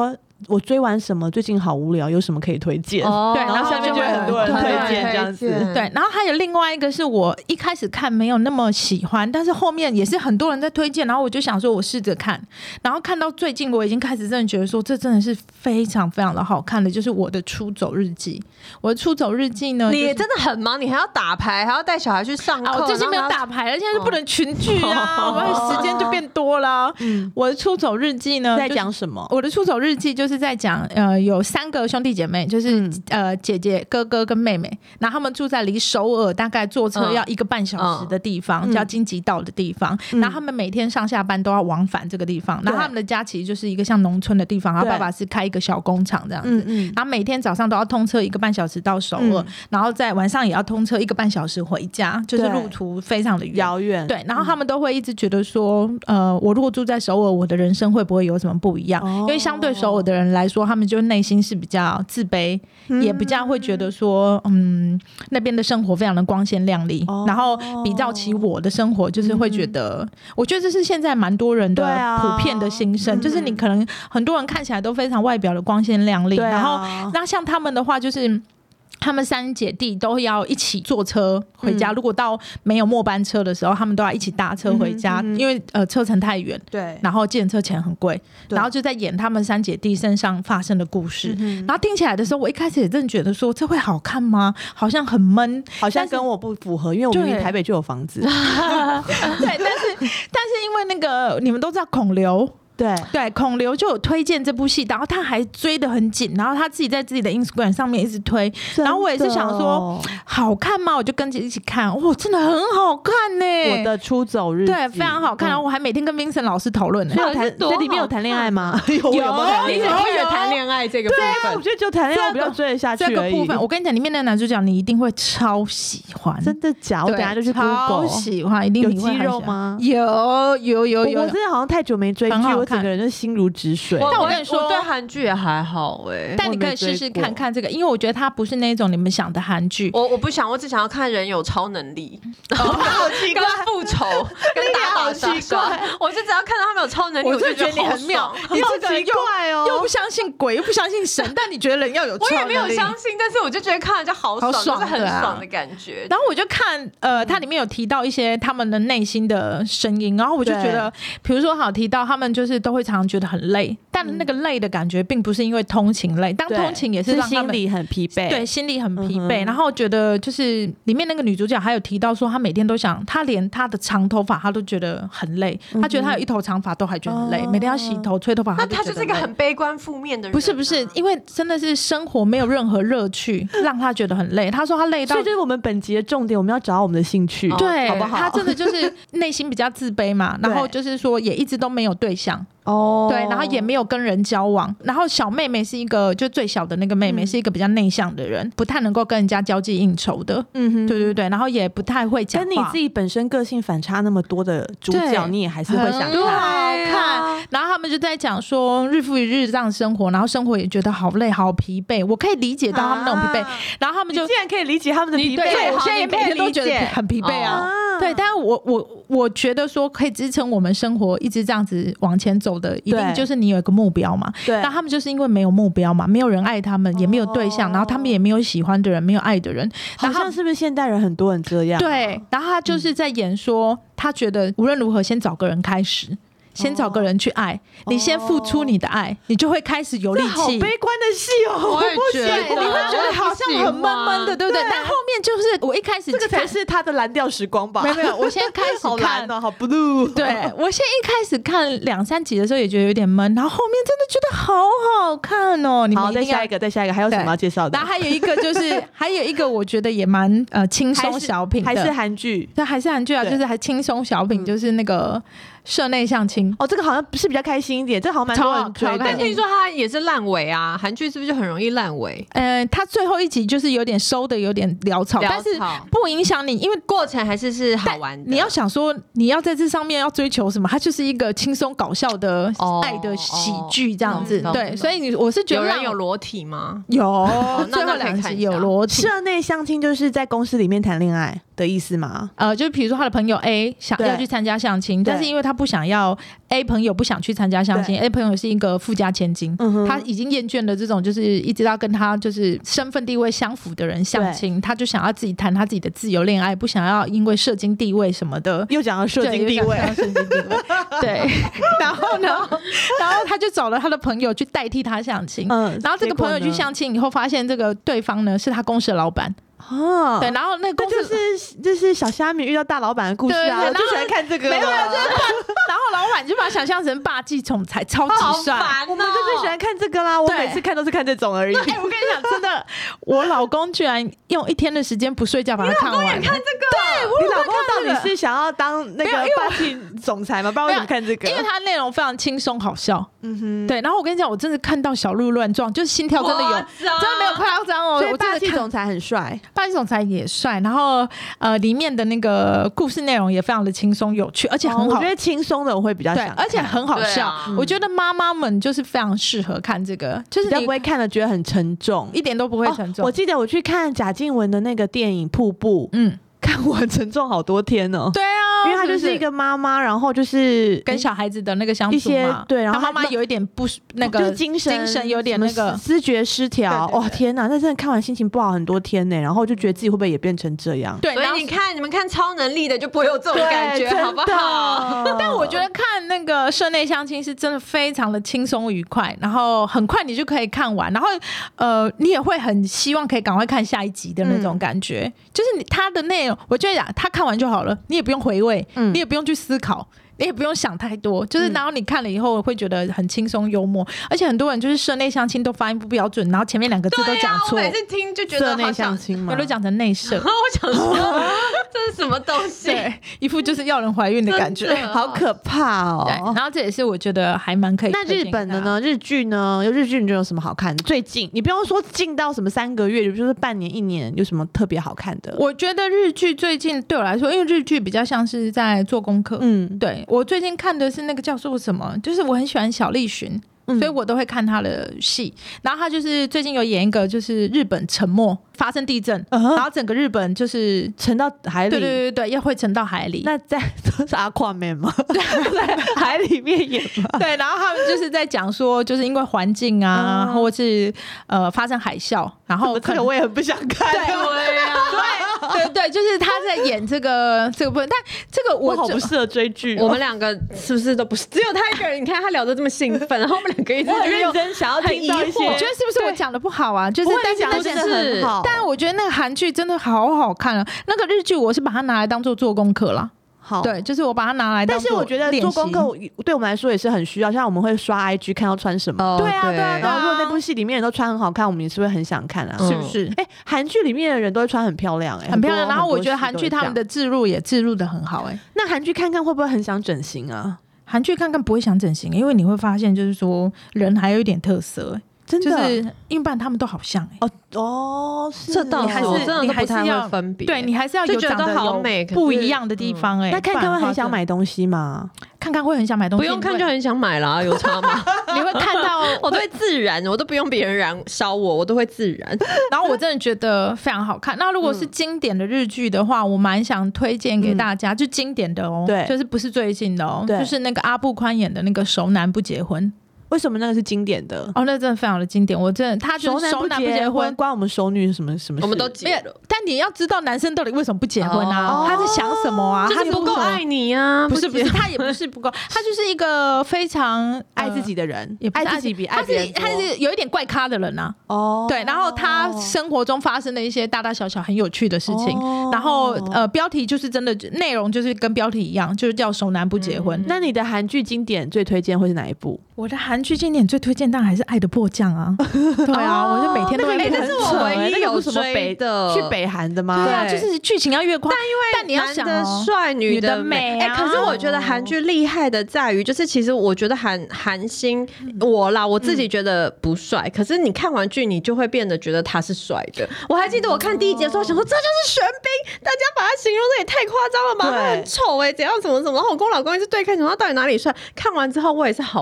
S1: 我追完什么，最近好无聊，有什么可以推荐？
S2: 哦
S3: 对然后
S1: 下面就会很多人推荐这样子。
S3: 对，然后还有另外一个是我一开始看没有那么喜欢，但是后面也是很多人在推荐，然后我就想说我试着看，然后看到最近我已经开始真的觉得说这真的是非常非常的好看的，就是我的出走日记。我的出走日记呢，
S2: 你真的很忙，你还要打牌，还要带小孩去上课。
S3: 啊，我最近没有打牌了，现在是不能群聚啊，我们时间就变多了。嗯，我的出走日记呢
S1: 在讲什么？
S3: 我的出走日记就是在讲，呃，有三个兄弟姐妹，就是、嗯、呃姐姐、哥哥跟妹妹，然后他们住在离首尔大概坐车要一个半小时的地方，嗯、叫金吉道的地方。嗯、然后他们每天上下班都要往返这个地方，然后他们的家其实就是一个像农村的地方，然后爸爸是开一个小工厂这样子，嗯嗯、然后每天早上都要通车一个半小时到首尔，嗯、然后在晚上也要通车一个半小时回家，就是路途非常的
S1: 遥远。
S3: 对，然后他们都会一直觉得说，呃，我如果住在首尔，我的人生会不会有什么不一样？哦、因为相对首尔的人来说，他们就内心是比较自卑，嗯、也比较会觉得说，嗯，那边的生活非常的光鲜亮丽，哦、然后比照起我的生活，就是会觉得，嗯、我觉得这是现在蛮多人的普遍的心声，啊、就是你可能很多人看起来都非常外表的光鲜亮丽，啊、然后那像他们的话就是。他们三姐弟都要一起坐车回家，嗯、如果到没有末班车的时候，他们都要一起搭车回家，嗯、因为呃车程太远，对，然后计程车钱很贵，然后就在演他们三姐弟身上发生的故事。嗯、然后听起来的时候，我一开始也真的觉得说这会好看吗？好像很闷，
S1: 好像跟我不符合，因为我明明台北就有房子。对，
S3: 但是但是因为那个你们都知道孔刘。对对，孔刘就有推荐这部戏，然后他还追得很紧，然后他自己在自己的 Instagram 上面一直推，然后我也是想说好看吗？我就跟着一起看，哇，真的很好看呢、欸！
S1: 我的出走日记
S3: 对非常好看，然后我还每天跟 Vincent 老师讨论呢。
S1: 所以谈这里面有谈恋爱吗？有有有
S2: 有有谈恋爱这个部分？
S1: 对啊，我觉得就谈恋爱比较追得下去而已。
S3: 这个部分，我跟你讲，里面那个男主角你一定会超喜欢，
S1: 真的假？我等一下就去 Google，
S3: 超喜欢，一定
S1: 有肌肉吗？
S3: 有有有有，
S1: 我真的好像太久没追剧，我整个人就心如止水。
S2: 但我跟你说，我对韩剧也还好哎、欸，
S3: 但你可以试试看看这个，因为我觉得它不是那种你们想的韩剧。
S2: 我我不想，我只想要看人有超能力，然后
S1: 好奇怪，
S2: 跟复仇，跟打打杀杀。我就只要看到他们有超能力，我就觉得你很妙。
S3: 你这个人又又不相信鬼，又不相信神，但你觉得人要有超能力，
S2: 我也没有相信，但是我就觉得看了就好爽，好爽就是很爽的感觉。
S3: 然后我就看，呃，它里面有提到一些他们的内心的声音，然后我就觉得，比如说好提到他们就是都会常常觉得很累，但那个累的感觉并不是因为通勤累，当通勤也是让他们
S1: 心里很疲惫，
S3: 对，心里很疲惫。嗯、然后觉得就是里面那个女主角还有提到说，她每天都想，她连她的长头发她都觉得很累，嗯、她觉得她有一头长发都还觉得很累，哦、每天要洗头吹头发，
S2: 那她就是一个很悲观负面的人、啊。
S3: 不是不是，因为真的是生活没有任何乐趣，让她觉得很累。她说她累到，
S1: 所以就是我们本集的重点，我们要找到我们的兴趣，
S3: 对，
S1: 好不好？
S3: 她真的就是内心比较自卑嘛，然后就是说也一直都没有对象。
S1: 哦，
S3: 对，然后也没有跟人交往，然后小妹妹是一个就最小的那个妹妹、嗯、是一个比较内向的人，不太能够跟人家交际应酬的，嗯哼，对对对，然后也不太会讲话。
S1: 跟你自己本身个性反差那么多的主角，你也还是会想看，
S3: 很好看。然后他们就在讲说日复一日这样生活，然后生活也觉得好累好疲惫，我可以理解到他们那种疲惫，啊、然后他们就
S1: 你竟然可以理解他们的疲惫，
S3: 对，我现在也每天都觉得很疲惫啊。哦、对，但是我我我觉得说可以支撑我们生活一直这样子往前走的，一定就是你有一个目标嘛。对，那他们就是因为没有目标嘛，没有人爱他们，也没有对象，哦、然后他们也没有喜欢的人，没有爱的人。
S1: 好像是不是现代人很多人这样？
S3: 对，然后他就是在演说，他觉得无论如何先找个人开始。先找个人去爱，哦、你先付出你的爱，哦、你就会开始有力气。
S1: 好悲观的戏哦，
S2: 我也觉得，
S3: 你会觉得好像很闷闷的，对不对？但后面就是我一开始
S1: 这个才是他的蓝调时光吧？
S3: 没有没有，我先开始看，
S1: 好蓝哦，好 blue。
S3: 对，我先一开始看两三集的时候也觉得有点闷，然后后面真的觉得好好看哦。你们
S1: 好，再下一个，再下一个，还有什么要介绍的？
S3: 然后还有一个就是，还有一个我觉得也蛮呃轻松小品的，
S1: 还是韩剧？
S3: 对，还是韩剧啊，就是还轻松小品，就是那个。社内相亲
S1: 哦，这个好像是比较开心一点，这好像蛮多人追的。
S2: 但听说它也是烂尾啊，韩剧是不是就很容易烂尾？
S3: 呃，它最后一集就是有点收的有点潦草，但是不影响你，因为
S2: 过程还是是好玩的。
S3: 你要想说你要在这上面要追求什么，它就是一个轻松搞笑的爱的喜剧这样子。哦哦、对，所以你我是觉得
S2: 有人有裸体吗？
S3: 有，哦、最后两集有裸体。
S1: 社内相亲就是在公司里面谈恋爱。 的意思吗？
S3: 呃，就比如说他的朋友 A 想要去参加相亲，但是因为他不想要 A 朋友不想去参加相亲 ，A 朋友是一个富家千金，嗯、他已经厌倦了这种就是一直要跟他就是身份地位相符的人相亲，他就想要自己谈他自己的自由恋爱，不想要因为社经地位什么的。
S1: 又讲到社经地位，
S3: 社经地位，对。然后呢，然后他就找了他的朋友去代替他相亲，嗯，然后这个朋友去相亲以后，发现这个对方呢是他公司的老板。哦，对，然后那个公司
S1: 就是就是小虾米遇到大老板的故事啊，我就喜欢看这个。
S3: 没有，就是然后老板就把他想象成霸气总裁，超级帅。
S2: 哦、
S1: 我们就最喜欢看这个啦，我每次看都是看这种而已。
S3: 哎、欸，我跟你讲，真的，我老公居然用一天的时间不睡觉把它看完。
S2: 你老公也看这个？
S3: 对，我
S1: 你老公到底是想要当那个霸气总裁吗？不知道为什么看这个，
S3: 因为它内容非常轻松好笑。嗯哼，对。然后我跟你讲，我真的看到小鹿乱撞，就是心跳真的有，真的没有夸张哦。
S1: 所以霸气总裁很帅。
S3: 霸气总裁也帅，然后呃，里面的那个故事内容也非常的轻松有趣，而且很好。
S1: 哦、我觉得轻松的我会比较想看，
S3: 对，而且很好笑。
S2: 啊
S3: 我觉得妈妈们就是非常适合看这个，就是
S1: 你不会看了觉得很沉重，
S3: 一点都不会沉重。
S1: 哦、我记得我去看贾静雯的那个电影《瀑布》，嗯。看完沉重好多天哦。
S3: 对啊，
S1: 因为她就是一个妈妈，然后就是
S3: 跟小孩子的那个相处嘛，
S1: 一些对，然后
S3: 她妈妈有一点不那个，
S1: 就是精神
S3: 精神有点那个
S1: 思觉失调。哇、哦，天哪！那真的看完心情不好很多天呢，然后就觉得自己会不会也变成这样？
S2: 对，所以你看你们看超能力的就不会有这种感觉，好不好？
S3: 但我觉得看那个社内相亲是真的非常的轻松愉快，然后很快你就可以看完，然后呃，你也会很希望可以赶快看下一集的那种感觉。嗯、就是你它的内容，我觉得他看完就好了，你也不用回味，嗯、你也不用去思考。你也不用想太多，就是然后你看了以后会觉得很轻松幽默，而且很多人就是社内相亲都发音不标准，然后前面两个字都讲错。
S2: 对啊，我每次听就觉得
S1: 社内相亲嘛，
S3: 有的讲成内射。
S2: 我想说这是什么东西？
S3: 对，一副就是要人怀孕的感觉，
S1: 好可怕哦。
S3: 对，然后这也是我觉得还蛮可以。
S1: 那日本的呢？日剧呢？有日剧你觉得有什么好看的？最近你不用说近到什么三个月，比如说半年、一年，有什么特别好看的？
S3: 我觉得日剧最近对我来说，因为日剧比较像是在做功课。嗯，对我最近看的是那个叫做什么，就是我很喜欢小栗旬。嗯、所以我都会看他的戏，然后他就是最近有演一个，就是日本沉没发生地震，uh huh. 然后整个日本就是
S1: 沉到海里，对
S3: 对对对，要会沉到海里。
S1: 那在都是阿夸面吗？在海里面演吗？
S3: 对，然后他们就是在讲说，就是因为环境啊， uh huh. 或是呃发生海啸，然后
S1: 这个我也很不想看。
S3: 对啊，对对对，就是他在演这个这个部分，但这个 我,
S1: 我好不适合追剧、
S2: 哦。我们两个是不是都不是？只有他一个人，你看他聊得这么兴奋，然后我们两个一直
S1: 我很认真想要听到一些，
S3: 我觉得是不是我讲的不好啊？就是但
S1: 讲的真的很好，
S3: 但我觉得那个韩剧真的好好看啊。那个日剧我是把它拿来当做做功课啦。好，对，就是我把它拿来当做。
S1: 但是我觉得做功课对我们来说也是很需要，像我们会刷 I G 看要穿什么。
S3: 哦、对啊，对啊。
S1: 然后如果那部戏里面人都穿很好看，我们也是会很想看啊，
S3: 嗯、是不是？
S1: 哎、欸，韩剧里面的人都会穿很漂亮、欸，哎，
S3: 很漂亮。然后我觉得韩剧他们的置入也置入的很好、欸，哎。
S1: 那韩剧看看会不会很想整形啊？
S3: 韩剧看看不会想整形，因为你会发现就是说人还有一点特色、欸。真的，就是因为不然他们都好像哎、
S1: 欸、哦哦，
S2: 这倒是我真的都不太会分别，
S3: 对你还是要有长得好美不一样的地方哎、欸。
S1: 那看看会很想买东西吗？
S3: 看看会很想买东西，
S2: 不用看就很想买啦，有差吗？
S3: 你会看到，
S2: 我都会自然，我都不用别人燃烧我，我都会自然。
S3: 然后我真的觉得非常好看。那如果是经典的日剧的话，我蛮想推荐给大家，嗯、就经典的哦，对，就是不是最近的哦，就是那个阿部宽演的那个《熟男不结婚》。
S1: 为什么那个是经典的？
S3: 哦，那真的非常的经典。我真的，他就是熟男不结婚，
S1: 关我们熟女什么什么事？
S2: 我们都结了。
S3: 但你要知道，男生到底为什么不结婚啊？哦、他在想什么啊？
S2: 就是不够爱你啊？
S3: 不是不是，他也不是不够，他就是一个非常
S1: 爱自己的人，
S3: 也
S1: 爱自己比爱别人多。
S3: 他是他是有一点怪咖的人啊。哦，对，然后他生活中发生的一些大大小小很有趣的事情，哦、然后呃，标题就是真的内容就是跟标题一样，就是叫熟男不结婚。
S1: 嗯、那你的韩剧经典最推荐会是哪一部？
S3: 我的韩剧经典最推荐当然还是《爱的迫降》啊，对啊，我就每天都会看。
S2: 那是我唯一有追的，
S1: 去北韩的吗？
S3: 对啊，就是剧情要越快，
S2: 但因为
S3: 但你要想
S2: 男的帅，女的
S3: 美。
S2: 哎，可是我觉得韩剧厉害的在于，就是其实我觉得韩韩星我啦，我自己觉得不帅，可是你看完剧，你就会变得觉得他是帅的。我还记得我看第一集的时候，想说这就是玄彬，大家把他形容的也太夸张了吧？他很丑哎，怎样怎么怎么？然后我跟我老公一直对看，想他到底哪里帅？看完之后，我也是好爱他。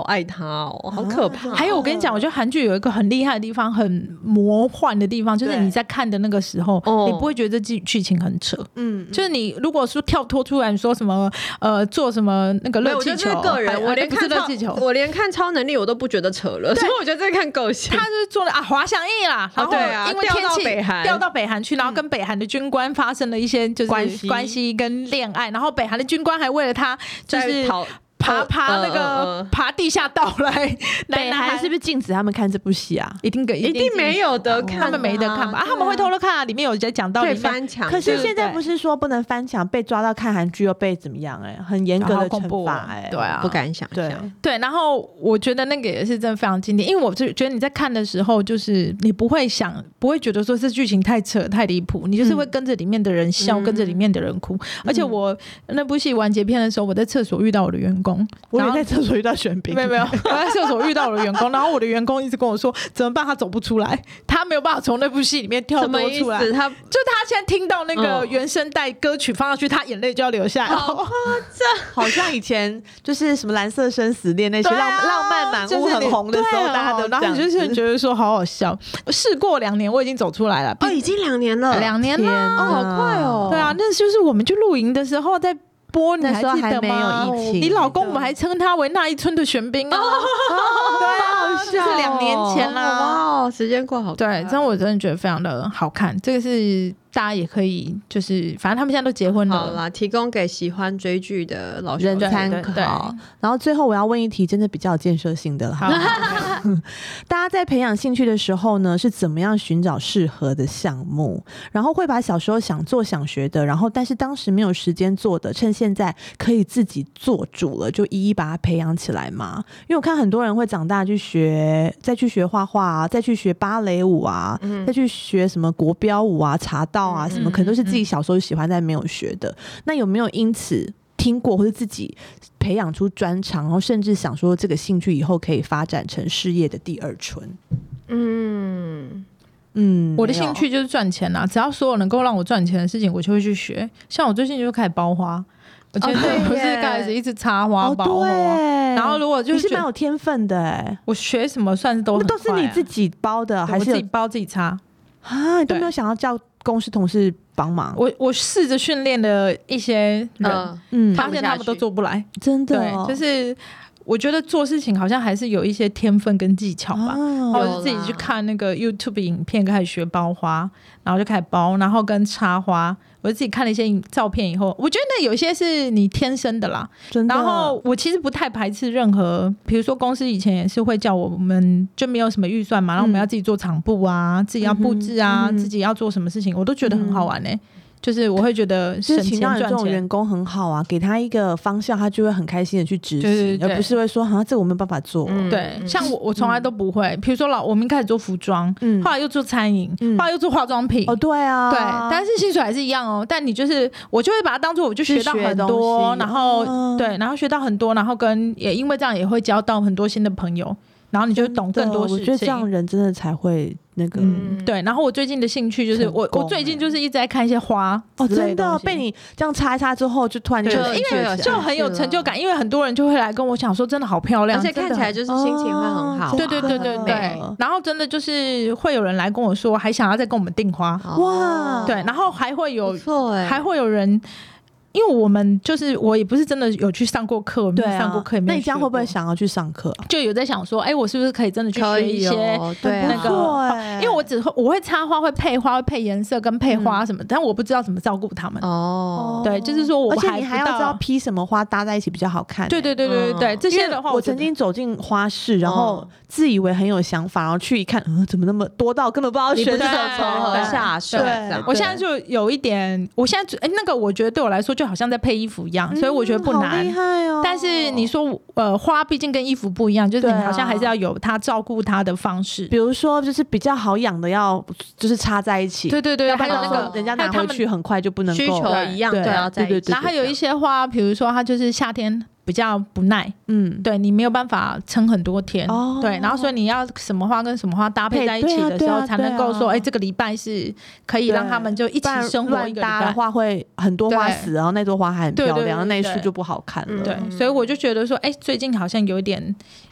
S2: 他哦，好可怕、哦。
S3: 还有我跟你讲，我觉得韩剧有一个很厉害的地方，很魔幻的地方，就是你在看的那个时候，你不会觉得这剧情很扯。嗯，就是你如果说跳脱出来，你说什么呃做什么那个热气球，
S2: 我个人我连看
S3: 热气球，
S2: 我连看超能力我都不觉得扯了，所以我觉得这看个性。
S3: 他是做了啊滑翔翼啦，然后
S2: 对啊，
S3: 因为天气
S2: 调到北韩，
S3: 调到北韩去，然后跟北韩的军官发生了一些就是关系关系跟恋爱，然后北韩的军官还为了他就是爬爬那个爬地下道来，
S1: 北韩是不是禁止他们看这部戏啊？
S3: 一定
S2: 一定没有得看，
S3: 他们没得看吧？他们会偷偷看啊，里面有在讲到里面
S2: 翻墙。
S1: 可是现在不是说不能翻墙，被抓到看韩剧又被怎么样？哎，很严格的惩罚，哎，
S3: 对啊，
S2: 不敢想象。
S3: 对，然后我觉得那个也是真的非常经典，因为我就觉得你在看的时候，就是你不会想，不会觉得说这剧情太扯太离谱，你就是会跟着里面的人笑，跟着里面的人哭。而且我那部戏完结篇的时候，我在厕所遇到我的员工，
S1: 然后在厕所遇到玄彬，
S3: 没有没有，我在厕所遇到我的员工，然后我的员工一直跟我说怎么办，他走不出来，他没有办法从那部戏里面跳脱出来。
S2: 他
S3: 就他现在听到那个原声带歌曲放上去，他眼泪就要流下来。
S2: 好夸张，
S1: 好像以前就是什么蓝色生死恋那些浪浪漫满屋很红的时候，大家都
S3: 然后你就是觉得说好好笑。事过两年，我已经走出来了。
S2: 哦，已经两年了，
S3: 两年了，
S2: 哦，好快哦。
S3: 对啊，那就是我们去露营的时候在播，你还记得
S1: 吗？
S3: 你老公我们还称他为那一村的玄彬啊，对啊，是两年前了。
S2: 哇，时间过好快。
S3: 对，真的我真的觉得非常的好看。这个是大家也可以，就是反正他们现在都结婚了，
S2: 好啦，提供给喜欢追剧的老
S1: 人参考。然后最后我要问一题，真的比较有建设性的了。大家在培养兴趣的时候呢，是怎么样寻找适合的项目？然后会把小时候想做想学的，然后但是当时没有时间做的，趁现在可以自己做主了，就一一把它培养起来嘛。因为我看很多人会长大去学，再去学画画啊，再去学芭蕾舞啊，嗯、再去学什么国标舞啊、茶道啊，什么可能都是自己小时候喜欢但没有学的。那有没有因此听过或者自己培养出专长，然后甚至想说这个兴趣以后可以发展成事业的第二春？
S3: 嗯嗯，我的兴趣就是赚钱啊，只要所有能够让我赚钱的事情，我就会去学。像我最近就开始包花。我前阵不是刚开始一直插花包花，然后如果就是
S1: 你是蛮有天分的哎、欸，
S3: 我学什么算是都很快、啊、
S1: 那都是你自己包的，还是
S3: 我自己包自己插
S1: 啊？你都没有想要叫公司同事帮忙？
S3: 我我试着训练了一些人，嗯，发现他们都做不来，
S1: 真的、哦，
S3: 对，就是我觉得做事情好像还是有一些天分跟技巧吧。哦、然后我就自己去看那个 YouTube 影片，开始学包花，然后就开始包，然后跟插花。我就自己看了一些照片以后，我觉得有些是你天生的啦，
S1: 真的。
S3: 然后我其实不太排斥任何，比如说公司以前也是会叫我们就没有什么预算嘛，然后我们要自己做场布啊，嗯、自己要布置啊，嗯、自己要做什么事情，我都觉得很好玩欸。嗯就是我会觉得省钱赚钱，
S1: 这种员工很好啊，给他一个方向，他就会很开心的去执行，对对对，而不是会说啊，这个我没有办法做。
S3: 嗯、对，像我我从来都不会，比如说老我们一开始做服装，嗯、后来又做餐饮，嗯、后来又做化妆品。
S1: 哦，对啊，
S3: 对，但是薪水还是一样哦。但你就是我就会把它当做我就学到很多，然后、嗯、对，然后学到很多，然后跟也因为这样也会交到很多新的朋友。然后你就懂更多事情，
S1: 我觉得这样人真的才会那个、
S3: 嗯、对。然后我最近的兴趣就是我我最近就是一直在看一些花
S1: 哦，真的被你这样擦一擦之后，就突然就
S3: 因为就很有成就感，因为很多人就会来跟我讲说，真的好漂亮，
S2: 而且看起来就是心情会很好、啊。
S3: 对对对对对。然后真的就是会有人来跟我说，还想要再跟我们订花哇，对，然后还会有还会有人。因为我们就是我也不是真的有去上过课，没有上过课，
S1: 那你这样会不会想要去上课、啊？
S3: 就有在想说，哎、欸，我是不是可以真的去学一些
S2: 对
S3: 那个？
S1: 欸、
S3: 因为我只会我会插花，会配花，会配颜色跟配花什么，嗯、但我不知道怎么照顾他们。哦，对，就是说我还
S1: 而且你还要知道披什么花搭在一起比较好看、欸。
S3: 对对对对对对，嗯、这些的话我，
S1: 我曾经走进花市，然后自以为很有想法，然后去一看，嗯，怎么那么多到根本不知道选什么
S2: 从何下手。
S3: 我现在就有一点，我现在哎、欸，那个我觉得对我来说就好像在配衣服一样，所以我觉得不难。
S1: 嗯、好厉害哦！
S3: 但是你说呃，花毕竟跟衣服不一样，就是你好像还是要有他照顾他的方式。
S1: 比如说，就是比较好养的要就是插在一起。
S3: 对对对，
S1: 还有那个人家拿回去很快就不能够
S2: 需求一样，对要在一起。
S3: 然后还有一些花，比如说它就是夏天比较不耐，嗯，对你没有办法撑很多天，哦、对，然后所以你要什么花跟什么花搭配在一起的时候，才能够说，哎、啊啊啊欸，这个礼拜是可以让他们就一起生活一个礼拜。
S1: 搭的话会很多花死，然后那朵花还很漂亮，那一束就不好看了。
S3: 对，所以我就觉得说，哎、欸，最近好像有一点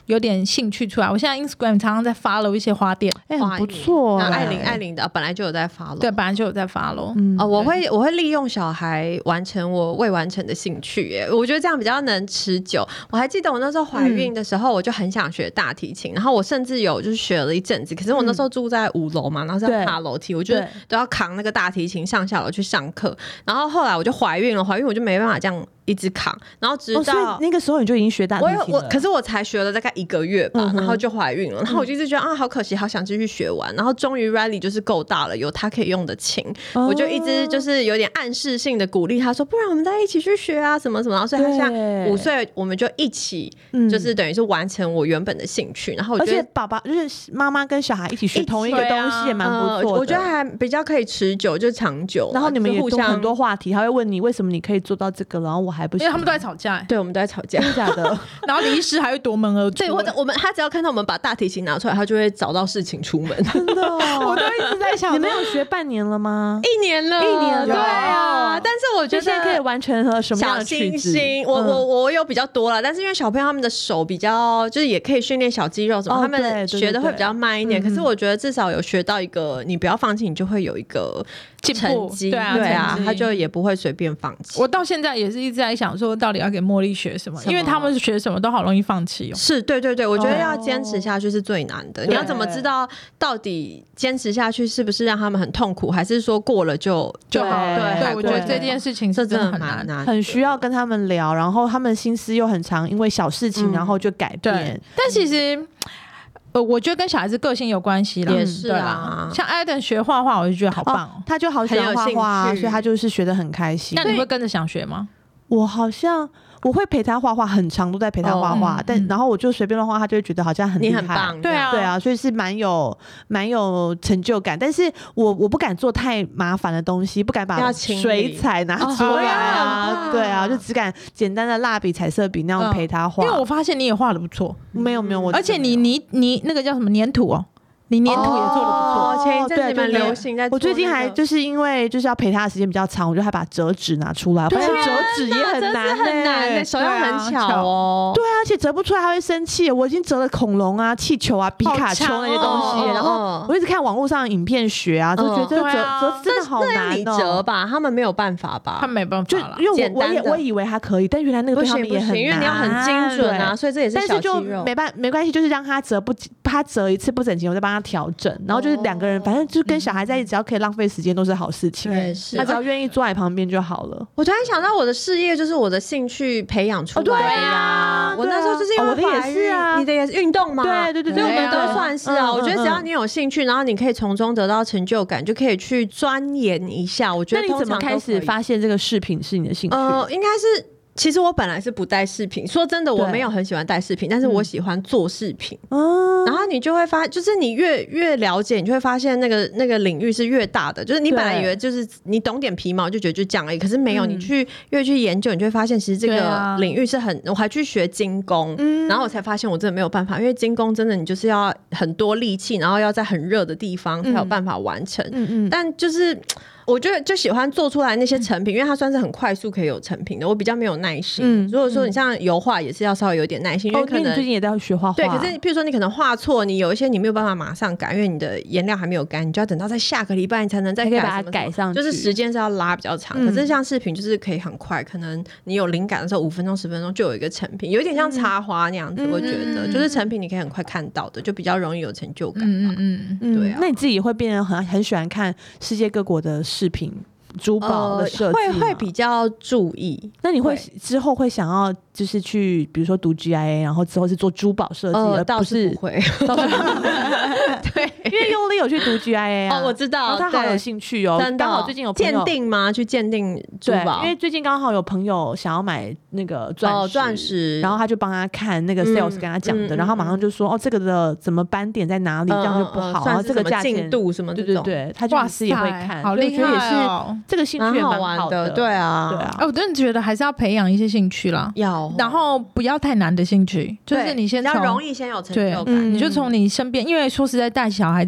S3: 有点兴趣出来。我现在 Instagram 常常在 follow 一些花店，
S1: 哎、很不错、欸。
S2: 那艾琳艾琳的本来就有在 follow，
S3: 对，本来就有在 follow。
S1: 嗯
S2: 哦，我会我会利用小孩完成我未完成的兴趣耶，我觉得这样比较能持久。我还记得我那时候怀孕的时候，我就很想学大提琴，然后我甚至有就是学了一阵子，可是我那时候住在五楼嘛，然后是要爬楼梯，我就都要扛那个大提琴上下楼去上课。然后后来我就怀孕了，怀孕我就没办法这样一直扛，然后直到、哦、
S1: 所以那个时候你就已经学大提琴了。
S2: 我我可是我才学了大概一个月吧，嗯、然后就怀孕了，然后我就一直觉得、嗯、啊好可惜，好想继续学完。然后终于 Riley 就是够大了，有他可以用的琴，哦、我就一直就是有点暗示性的鼓励他说，不然我们再一起去学啊什么什么。然后所以他现在五岁，我们就一起就是等于是完成我原本的兴趣。然后我觉得
S1: 而且爸爸就是妈妈跟小孩一起学同一个东西也蛮不错的、
S2: 呃，我觉得还比较可以持久，就长久。
S1: 然后你们也都很多话题，他会问你为什么你可以做到这个，然后我还不行，
S3: 因为他们都在吵架、欸。
S2: 对，我们都在吵架，
S1: 真的假的？
S3: 然后李医师还会夺门而出。
S2: 对，或者我们他只要看到我们把大提琴拿出来，他就会找到事情出门。
S1: 真的、哦，
S3: 我都一直在想，
S1: 你们有学半年了吗？
S2: 一年了，
S1: 一年了，
S2: 对啊。但是我觉得
S1: 现在可以完成和什么样的曲子？
S2: 小星星，我、嗯、我我有比较多了，但是因为小朋友他们的手比较，就是也可以训练小肌肉什么，哦、他们学的会比较慢一点。可是我觉得至少有学到一个，你不要放弃，你就会有一个成绩，
S3: 对啊，
S2: 对啊，他就也不会随便放弃。
S3: 我到现在也是一直在想说，到底要给茉莉学什么？因为他们学什么都好容易放弃哦。
S2: 是，对对对，我觉得要坚持下去是最难的。哦、你要怎么知道到底坚持下去是不是让他们很痛苦，还是说过了就就好？
S3: 对，对我觉得这件事情是真的很难，
S2: 难
S1: 很需要跟他们聊，然后他们心思又很长，因为小事情、嗯、然后就改变。
S3: 但其实。呃，我觉得跟小孩子个性有关系啦，
S2: 也是啊。
S3: 像艾登学画画，我就觉得好棒哦，
S1: 哦他就好喜欢画画，所以他就是学得很开心。
S3: 那你会跟着想学吗？
S1: 我好像我会陪他画画，很长都在陪他画画，哦、但、嗯、然后我就随便乱画，他就会觉得好像很厉害，
S2: 你很棒，
S3: 对啊，
S1: 对啊，所以是蛮有蛮有成就感。但是我我不敢做太麻烦的东西，不敢把水彩拿出来啊，哦、对啊，就只敢简单的蜡笔、彩色笔那样陪他画、
S3: 嗯。因为我发现你也画得不错，
S1: 没有没有，我
S3: 而且你你你那个叫什么粘土哦。你粘土也做得不错，
S2: 哦、前一阵子蛮流行在、那個。
S1: 我最近还就是因为就是要陪他的时间比较长，我就还把折纸拿出来。我发现折纸也很难、欸，
S2: 很难、欸，手要很巧哦。
S1: 对啊，而且折不出来他会生气。我已经折了恐龙啊、气球啊、皮卡丘那些东西、喔，然后我一直看网络上的影片学啊，就觉得折、嗯、折真的好难哦、喔。
S2: 你折吧，他们没有办法吧？
S3: 他没办法啦，
S1: 就因为我我也我以为他可以，但原来那个对他们也很难，
S2: 因为你要很精准啊，所以这也是小肌肉。但是
S1: 就没办没关系，就是让他折不，他折一次不整齐，我再帮他调整，然后。就是两个人，反正就跟小孩在一起，只要可以浪费时间都是好事情。
S2: 对，
S1: 他只要愿意坐在旁边就好了。
S2: 我突然想到，我的事业就是我的兴趣培养出来的呀。哦啊、我那时候就是因为
S1: 我的也是啊，
S2: 你的也是运动嘛，
S1: 对对对对，
S2: 所以我们都算是啊。嗯、我觉得只要你有兴趣，然后你可以从中得到成就感，就可以去钻研一下。我觉得
S1: 那你怎么开始发现这个饰品是你的兴趣？
S2: 呃，应该是。其实我本来是不带饰品，说真的，我没有很喜欢带饰品，但是我喜欢做饰品。嗯，然后你就会发，就是你越越了解，你就会发现那个那个领域是越大的。就是你本来以为就是你懂点皮毛就觉得就这样而已，可是没有，嗯、你去越去研究，你就会发现其实这个领域是很。啊、我还去学精工，嗯、然后我才发现我真的没有办法，因为精工真的你就是要很多力气，然后要在很热的地方才有办法完成。嗯嗯，但就是。我觉得就喜欢做出来那些成品，因为它算是很快速可以有成品的。我比较没有耐心。嗯、如果说你像油画，也是要稍微有点耐心，因为可能、
S1: 哦、你最近也在学画画。
S2: 对，可是譬如说你可能画错，你有一些你没有办法马上改，因为你的颜料还没有干，你就要等到在下个礼拜你才能再改什么什么，
S1: 把它改上去，
S2: 就是时间是要拉比较长。嗯、可是像饰品就是可以很快，可能你有灵感的时候，五分钟十分钟就有一个成品，有一点像插花那样子。嗯、我觉得、嗯、就是成品你可以很快看到的，就比较容易有成就感吧。嗯嗯嗯，对啊。
S1: 那你自己会变得很很喜欢看世界各国的饰品？珠宝的设计、
S2: 呃、会会比较注意。
S1: 那你会之后会想要就是去比如说读 G I A， 然后之后是做珠宝设计，
S2: 呃、
S1: 而不是
S2: 不会。
S1: 对，因为用力有去读 G I A 啊，
S2: 哦，我知道，
S1: 他好有兴趣哦。刚好最近有朋友
S2: 鉴定吗？去鉴定珠宝，
S1: 因为最近刚好有朋友想要买那个钻石，
S2: 钻石，
S1: 然后他就帮他看那个 sales 跟他讲的，嗯、然后马上就说、嗯、哦，这个的怎么斑点在哪里，嗯、这样就不好，然后这个价钱
S2: 度什么这种，
S1: 对对对，他就其实也会看，
S3: 好厉害哦。
S1: 这个兴趣也蛮好玩的，
S2: 对啊，
S1: 对啊。
S3: 我真的觉得还是要培养一些兴趣啦，
S2: 要，
S3: 然后不要太难的兴趣，就是你先
S2: 比较容易先有成就感，
S3: 嗯、你就从你身边，因为说实在带小孩子当主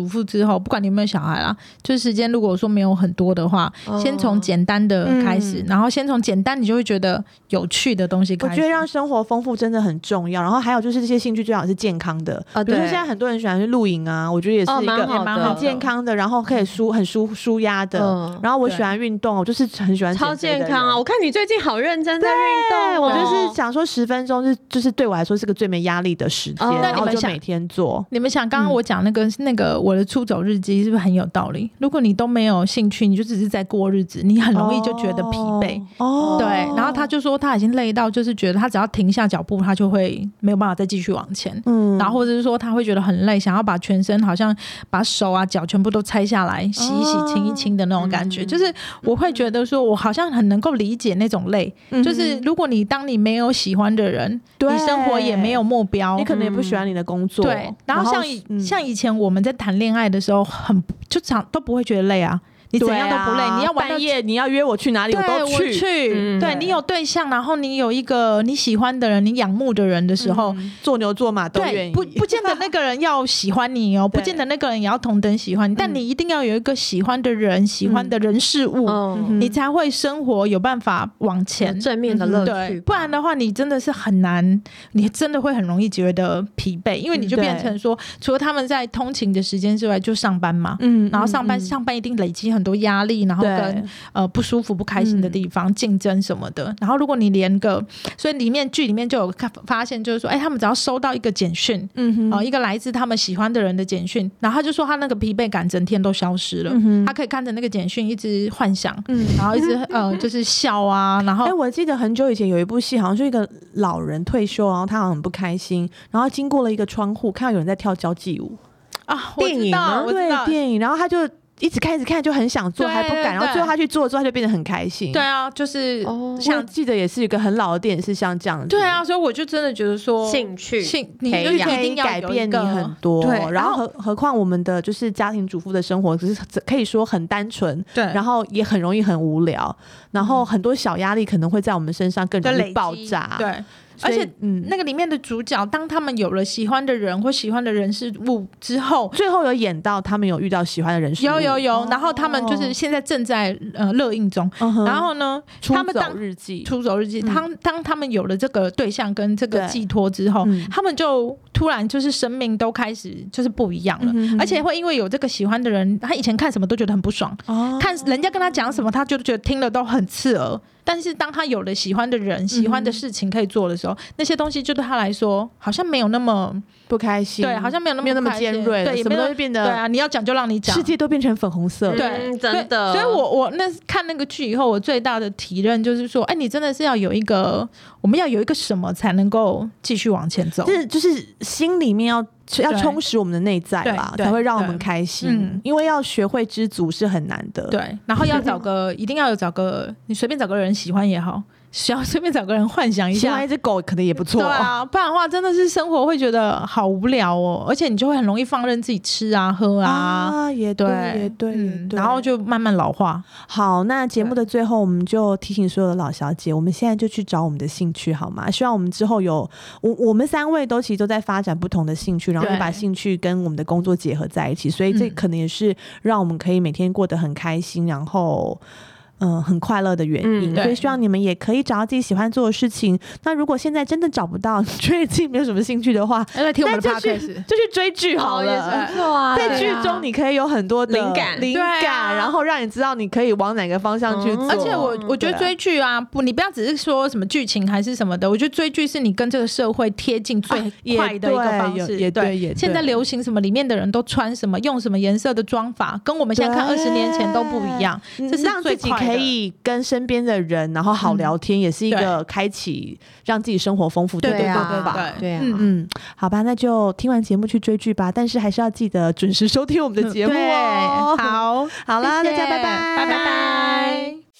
S3: 主妇之后，不管你有没有小孩啦，就是时间如果说没有很多的话，
S2: 哦
S3: 先从简单的开始，
S1: 嗯
S3: 然后先从简单你就会觉得有趣的东西开始。
S1: 我觉得让生活丰富真的很重要，然后还有就是这些兴趣最好是健康的，
S2: 啊对
S1: 比如说现在很多人喜欢去露营啊，我觉得也是
S2: 哦
S1: 一个
S2: 蛮好的
S1: 很健康的，然后可以舒很舒舒压的。
S2: 嗯
S1: 然后我喜欢运动，我就是很喜欢
S2: 超
S1: 减肥的人
S2: 健康啊！我看你最近好认真在运
S1: 对，
S2: 动、哦，
S1: 我就是想说十分钟是就是对我来说是个最没压力的时间，
S2: 哦
S1: 然
S3: 那你们想
S1: 后就每天做。
S3: 你们想刚刚我讲那个、嗯、那个我的出走日记是不是很有道理？如果你都没有兴趣，你就只是在过日子，你很容易就觉得疲惫。
S1: 哦，
S3: 对，然后他就说他已经累到，就是觉得他只要停下脚步，他就会没有办法再继续往前。
S1: 嗯
S3: 然后或者是说他会觉得很累，想要把全身好像把手啊脚全部都拆下来洗一洗、
S1: 哦
S3: 清一清的那种感觉。
S2: 嗯
S3: 就是我会觉得说，我好像很能够理解那种累。
S1: 嗯
S3: 就是如果你当你没有喜欢的人，
S1: 对
S3: 你生活也没有目标，
S1: 你可能也不喜欢你的工作，
S3: 对。然后像以、
S1: 嗯
S3: 像以前我们在谈恋爱的时候，很就常都不会觉得累啊。你怎样都不累，
S1: 对啊
S3: 你要玩到
S1: 半夜你要约我去哪里我
S3: 对，我
S1: 都去。
S3: 去。
S2: 嗯
S3: 对你有对象，然后你有一个你喜欢的人，你仰慕的人的时候，
S1: 嗯做牛做马都愿
S3: 对，
S1: 意，
S3: 不不见得那个人要喜欢你哦，
S1: 对
S3: 不见得那个人也要同等喜欢你，但你一定要有一个喜欢的人、喜欢的人事物，
S2: 嗯，
S3: 你才会生活有办法往前。
S2: 正面的乐趣吧、
S3: 对，不然的话，你真的是很难，你真的会很容易觉得疲惫，因为你就
S1: 对
S3: 变成说，除了他们在通勤的时间之外，就上班嘛，
S1: 嗯
S3: 然后上班、
S1: 嗯
S3: 上班一定累积很多压力，然后
S1: 对
S3: 跟呃不舒服、不开心的地方、竞争什么的。然后如果你连个，所以里面剧里面就有看发现，就是说，哎，他们只要收到一个简讯，
S1: 嗯哼
S3: 哦、一个来自他们喜欢的人的简讯，然后他就说他那个疲惫感整天都消失了，
S1: 嗯哼
S3: 他可以看着那个简讯一直幻想，
S1: 嗯
S3: 然后一直呃就是笑啊，然后
S1: 哎、我记得很久以前有一部戏，好像是一个老人退休，然后他好像很不开心，然后经过了一个窗户，看到有人在跳交际舞，
S3: 啊，我
S2: 电影
S3: 知道
S2: 吗
S3: 我知道
S1: 对，电影，然后他就一直看一直看，就很想做，
S3: 对
S1: 还不敢，然后
S3: 对
S1: 最后他去做之后，他就变得很开心。
S3: 对，啊，就是
S2: 哦
S1: 我
S3: 像
S1: 记得也是一个很老的电影，是像这样子。
S3: 对啊，所以我就真的觉得说
S2: 兴趣
S3: 兴你
S2: 培养
S3: 就一
S1: 可以
S3: 定要有一
S1: 改变你
S3: 个
S1: 很多，
S3: 对，
S1: 然后何何况我们的就是家庭主妇的生活，只是可以说很单纯，
S3: 对，
S1: 然后也很容易很无聊，然后很多小压力可能会在我们身上更容易
S3: 就累积
S1: 爆炸。，
S3: 对。
S1: 所以
S3: 而且
S1: 嗯，
S3: 那个里面的主角，当他们有了喜欢的人或喜欢的人事物之后，
S1: 最后有演到他们有遇到喜欢的人事物，
S3: 有有有，
S1: 哦
S3: 然后他们就是现在正在呃热映中，
S1: 嗯哼
S3: 然后呢，
S1: 出走
S3: 他们当
S1: 日记，
S3: 出走日记，
S1: 嗯
S3: 当当他们有了这个对象跟这个
S1: 对
S3: 寄托之后
S1: 嗯，
S3: 他们就突然就是生命都开始就是不一样了，
S1: 嗯哼
S3: 而且会因为有这个喜欢的人，他以前看什么都觉得很不爽，
S1: 哦
S3: 看人家跟他讲什么，他就觉得听了都很刺耳。但是当他有了喜欢的人、喜欢的事情可以做的时候，那些东西就对他来说好像没有那么
S1: 不开心，
S3: 对，好像没有那么
S1: 没有那么
S3: 开心
S1: 尖锐了，什么
S3: 对也没有
S1: 都会变得
S3: 对啊，你要讲就让你讲，
S1: 世界都变成粉红色了。
S3: 对，
S2: 嗯真的
S3: 所以所以我我那看那个剧以后，我最大的体认就是说，哎，你真的是要有一个，我们要有一个什么才能够继续往前走。
S1: 就是就是心里面要要充实我们的内在吧，
S3: 对对
S1: 才会让我们
S3: 对
S1: 开心。
S3: 嗯
S1: 因为要学会知足是很难的。
S3: 对，然后要找个，一定要有找个，你随便找个人喜欢也好，只要随便找个人幻想一下
S1: 喜欢一。只狗可能也不错。
S3: 对啊，不然的话真的是生活会觉得好无聊哦，而且你就会很容易放任自己吃啊喝啊，
S1: 啊，也对，也对，
S3: 嗯
S1: 也对
S3: 然后就慢慢老化。
S1: 好，那节目的最后，我们就提醒所有的老小姐，我们现在就去找我们的兴趣好吗？希望我们之后有我我们三位都其实都在发展不同的兴趣，然后
S3: 对
S1: 就把兴趣跟我们的工作结合在一起，所以这
S3: 嗯
S1: 可能也是让我们可以每天过得很开心，然后。嗯，很快乐的原因，
S2: 嗯
S3: 对
S1: 所以希望你们也可以找到自己喜欢做的事情。那如果现在真的找不到，觉得自己没有什么兴趣的话，
S3: 要来听我们的
S1: 那就去
S3: podcast。
S1: 就去追剧好
S2: 哦也
S1: 了。
S2: 是不错啊，
S1: 在剧
S2: 对啊
S1: 中你可以有很多的
S2: 灵感
S1: 灵
S3: 对
S1: 感，
S3: 啊
S1: 然后让你知道你可以往哪个方向去
S2: 嗯
S1: 做。
S3: 而且我我觉得
S1: 对啊
S3: 追剧啊，不，你不要只是说什么剧情还是什么的，我觉得追剧是你跟这个社会贴近最
S1: 啊也
S3: 快的一个
S1: 对
S3: 方式。
S1: 也对也对
S3: 现在流行什么，里面的人都穿什么，用什么颜色的妆法，跟我们现在看二十年前都不一样。这是
S1: 让自己
S3: 最快的
S1: 可以跟身边的人，然后好聊天，也是一个开启让自己生活丰富的一个
S2: 对啊
S1: 方法。
S3: 对
S2: 对啊
S3: 嗯
S1: 嗯，好吧，那就听完节目去追剧吧，但是还是要记得准时收听我们的节目
S3: 对，
S1: 哦。
S3: 好，
S1: 好啦，
S3: 谢谢
S1: 大家拜拜，
S3: 拜拜拜。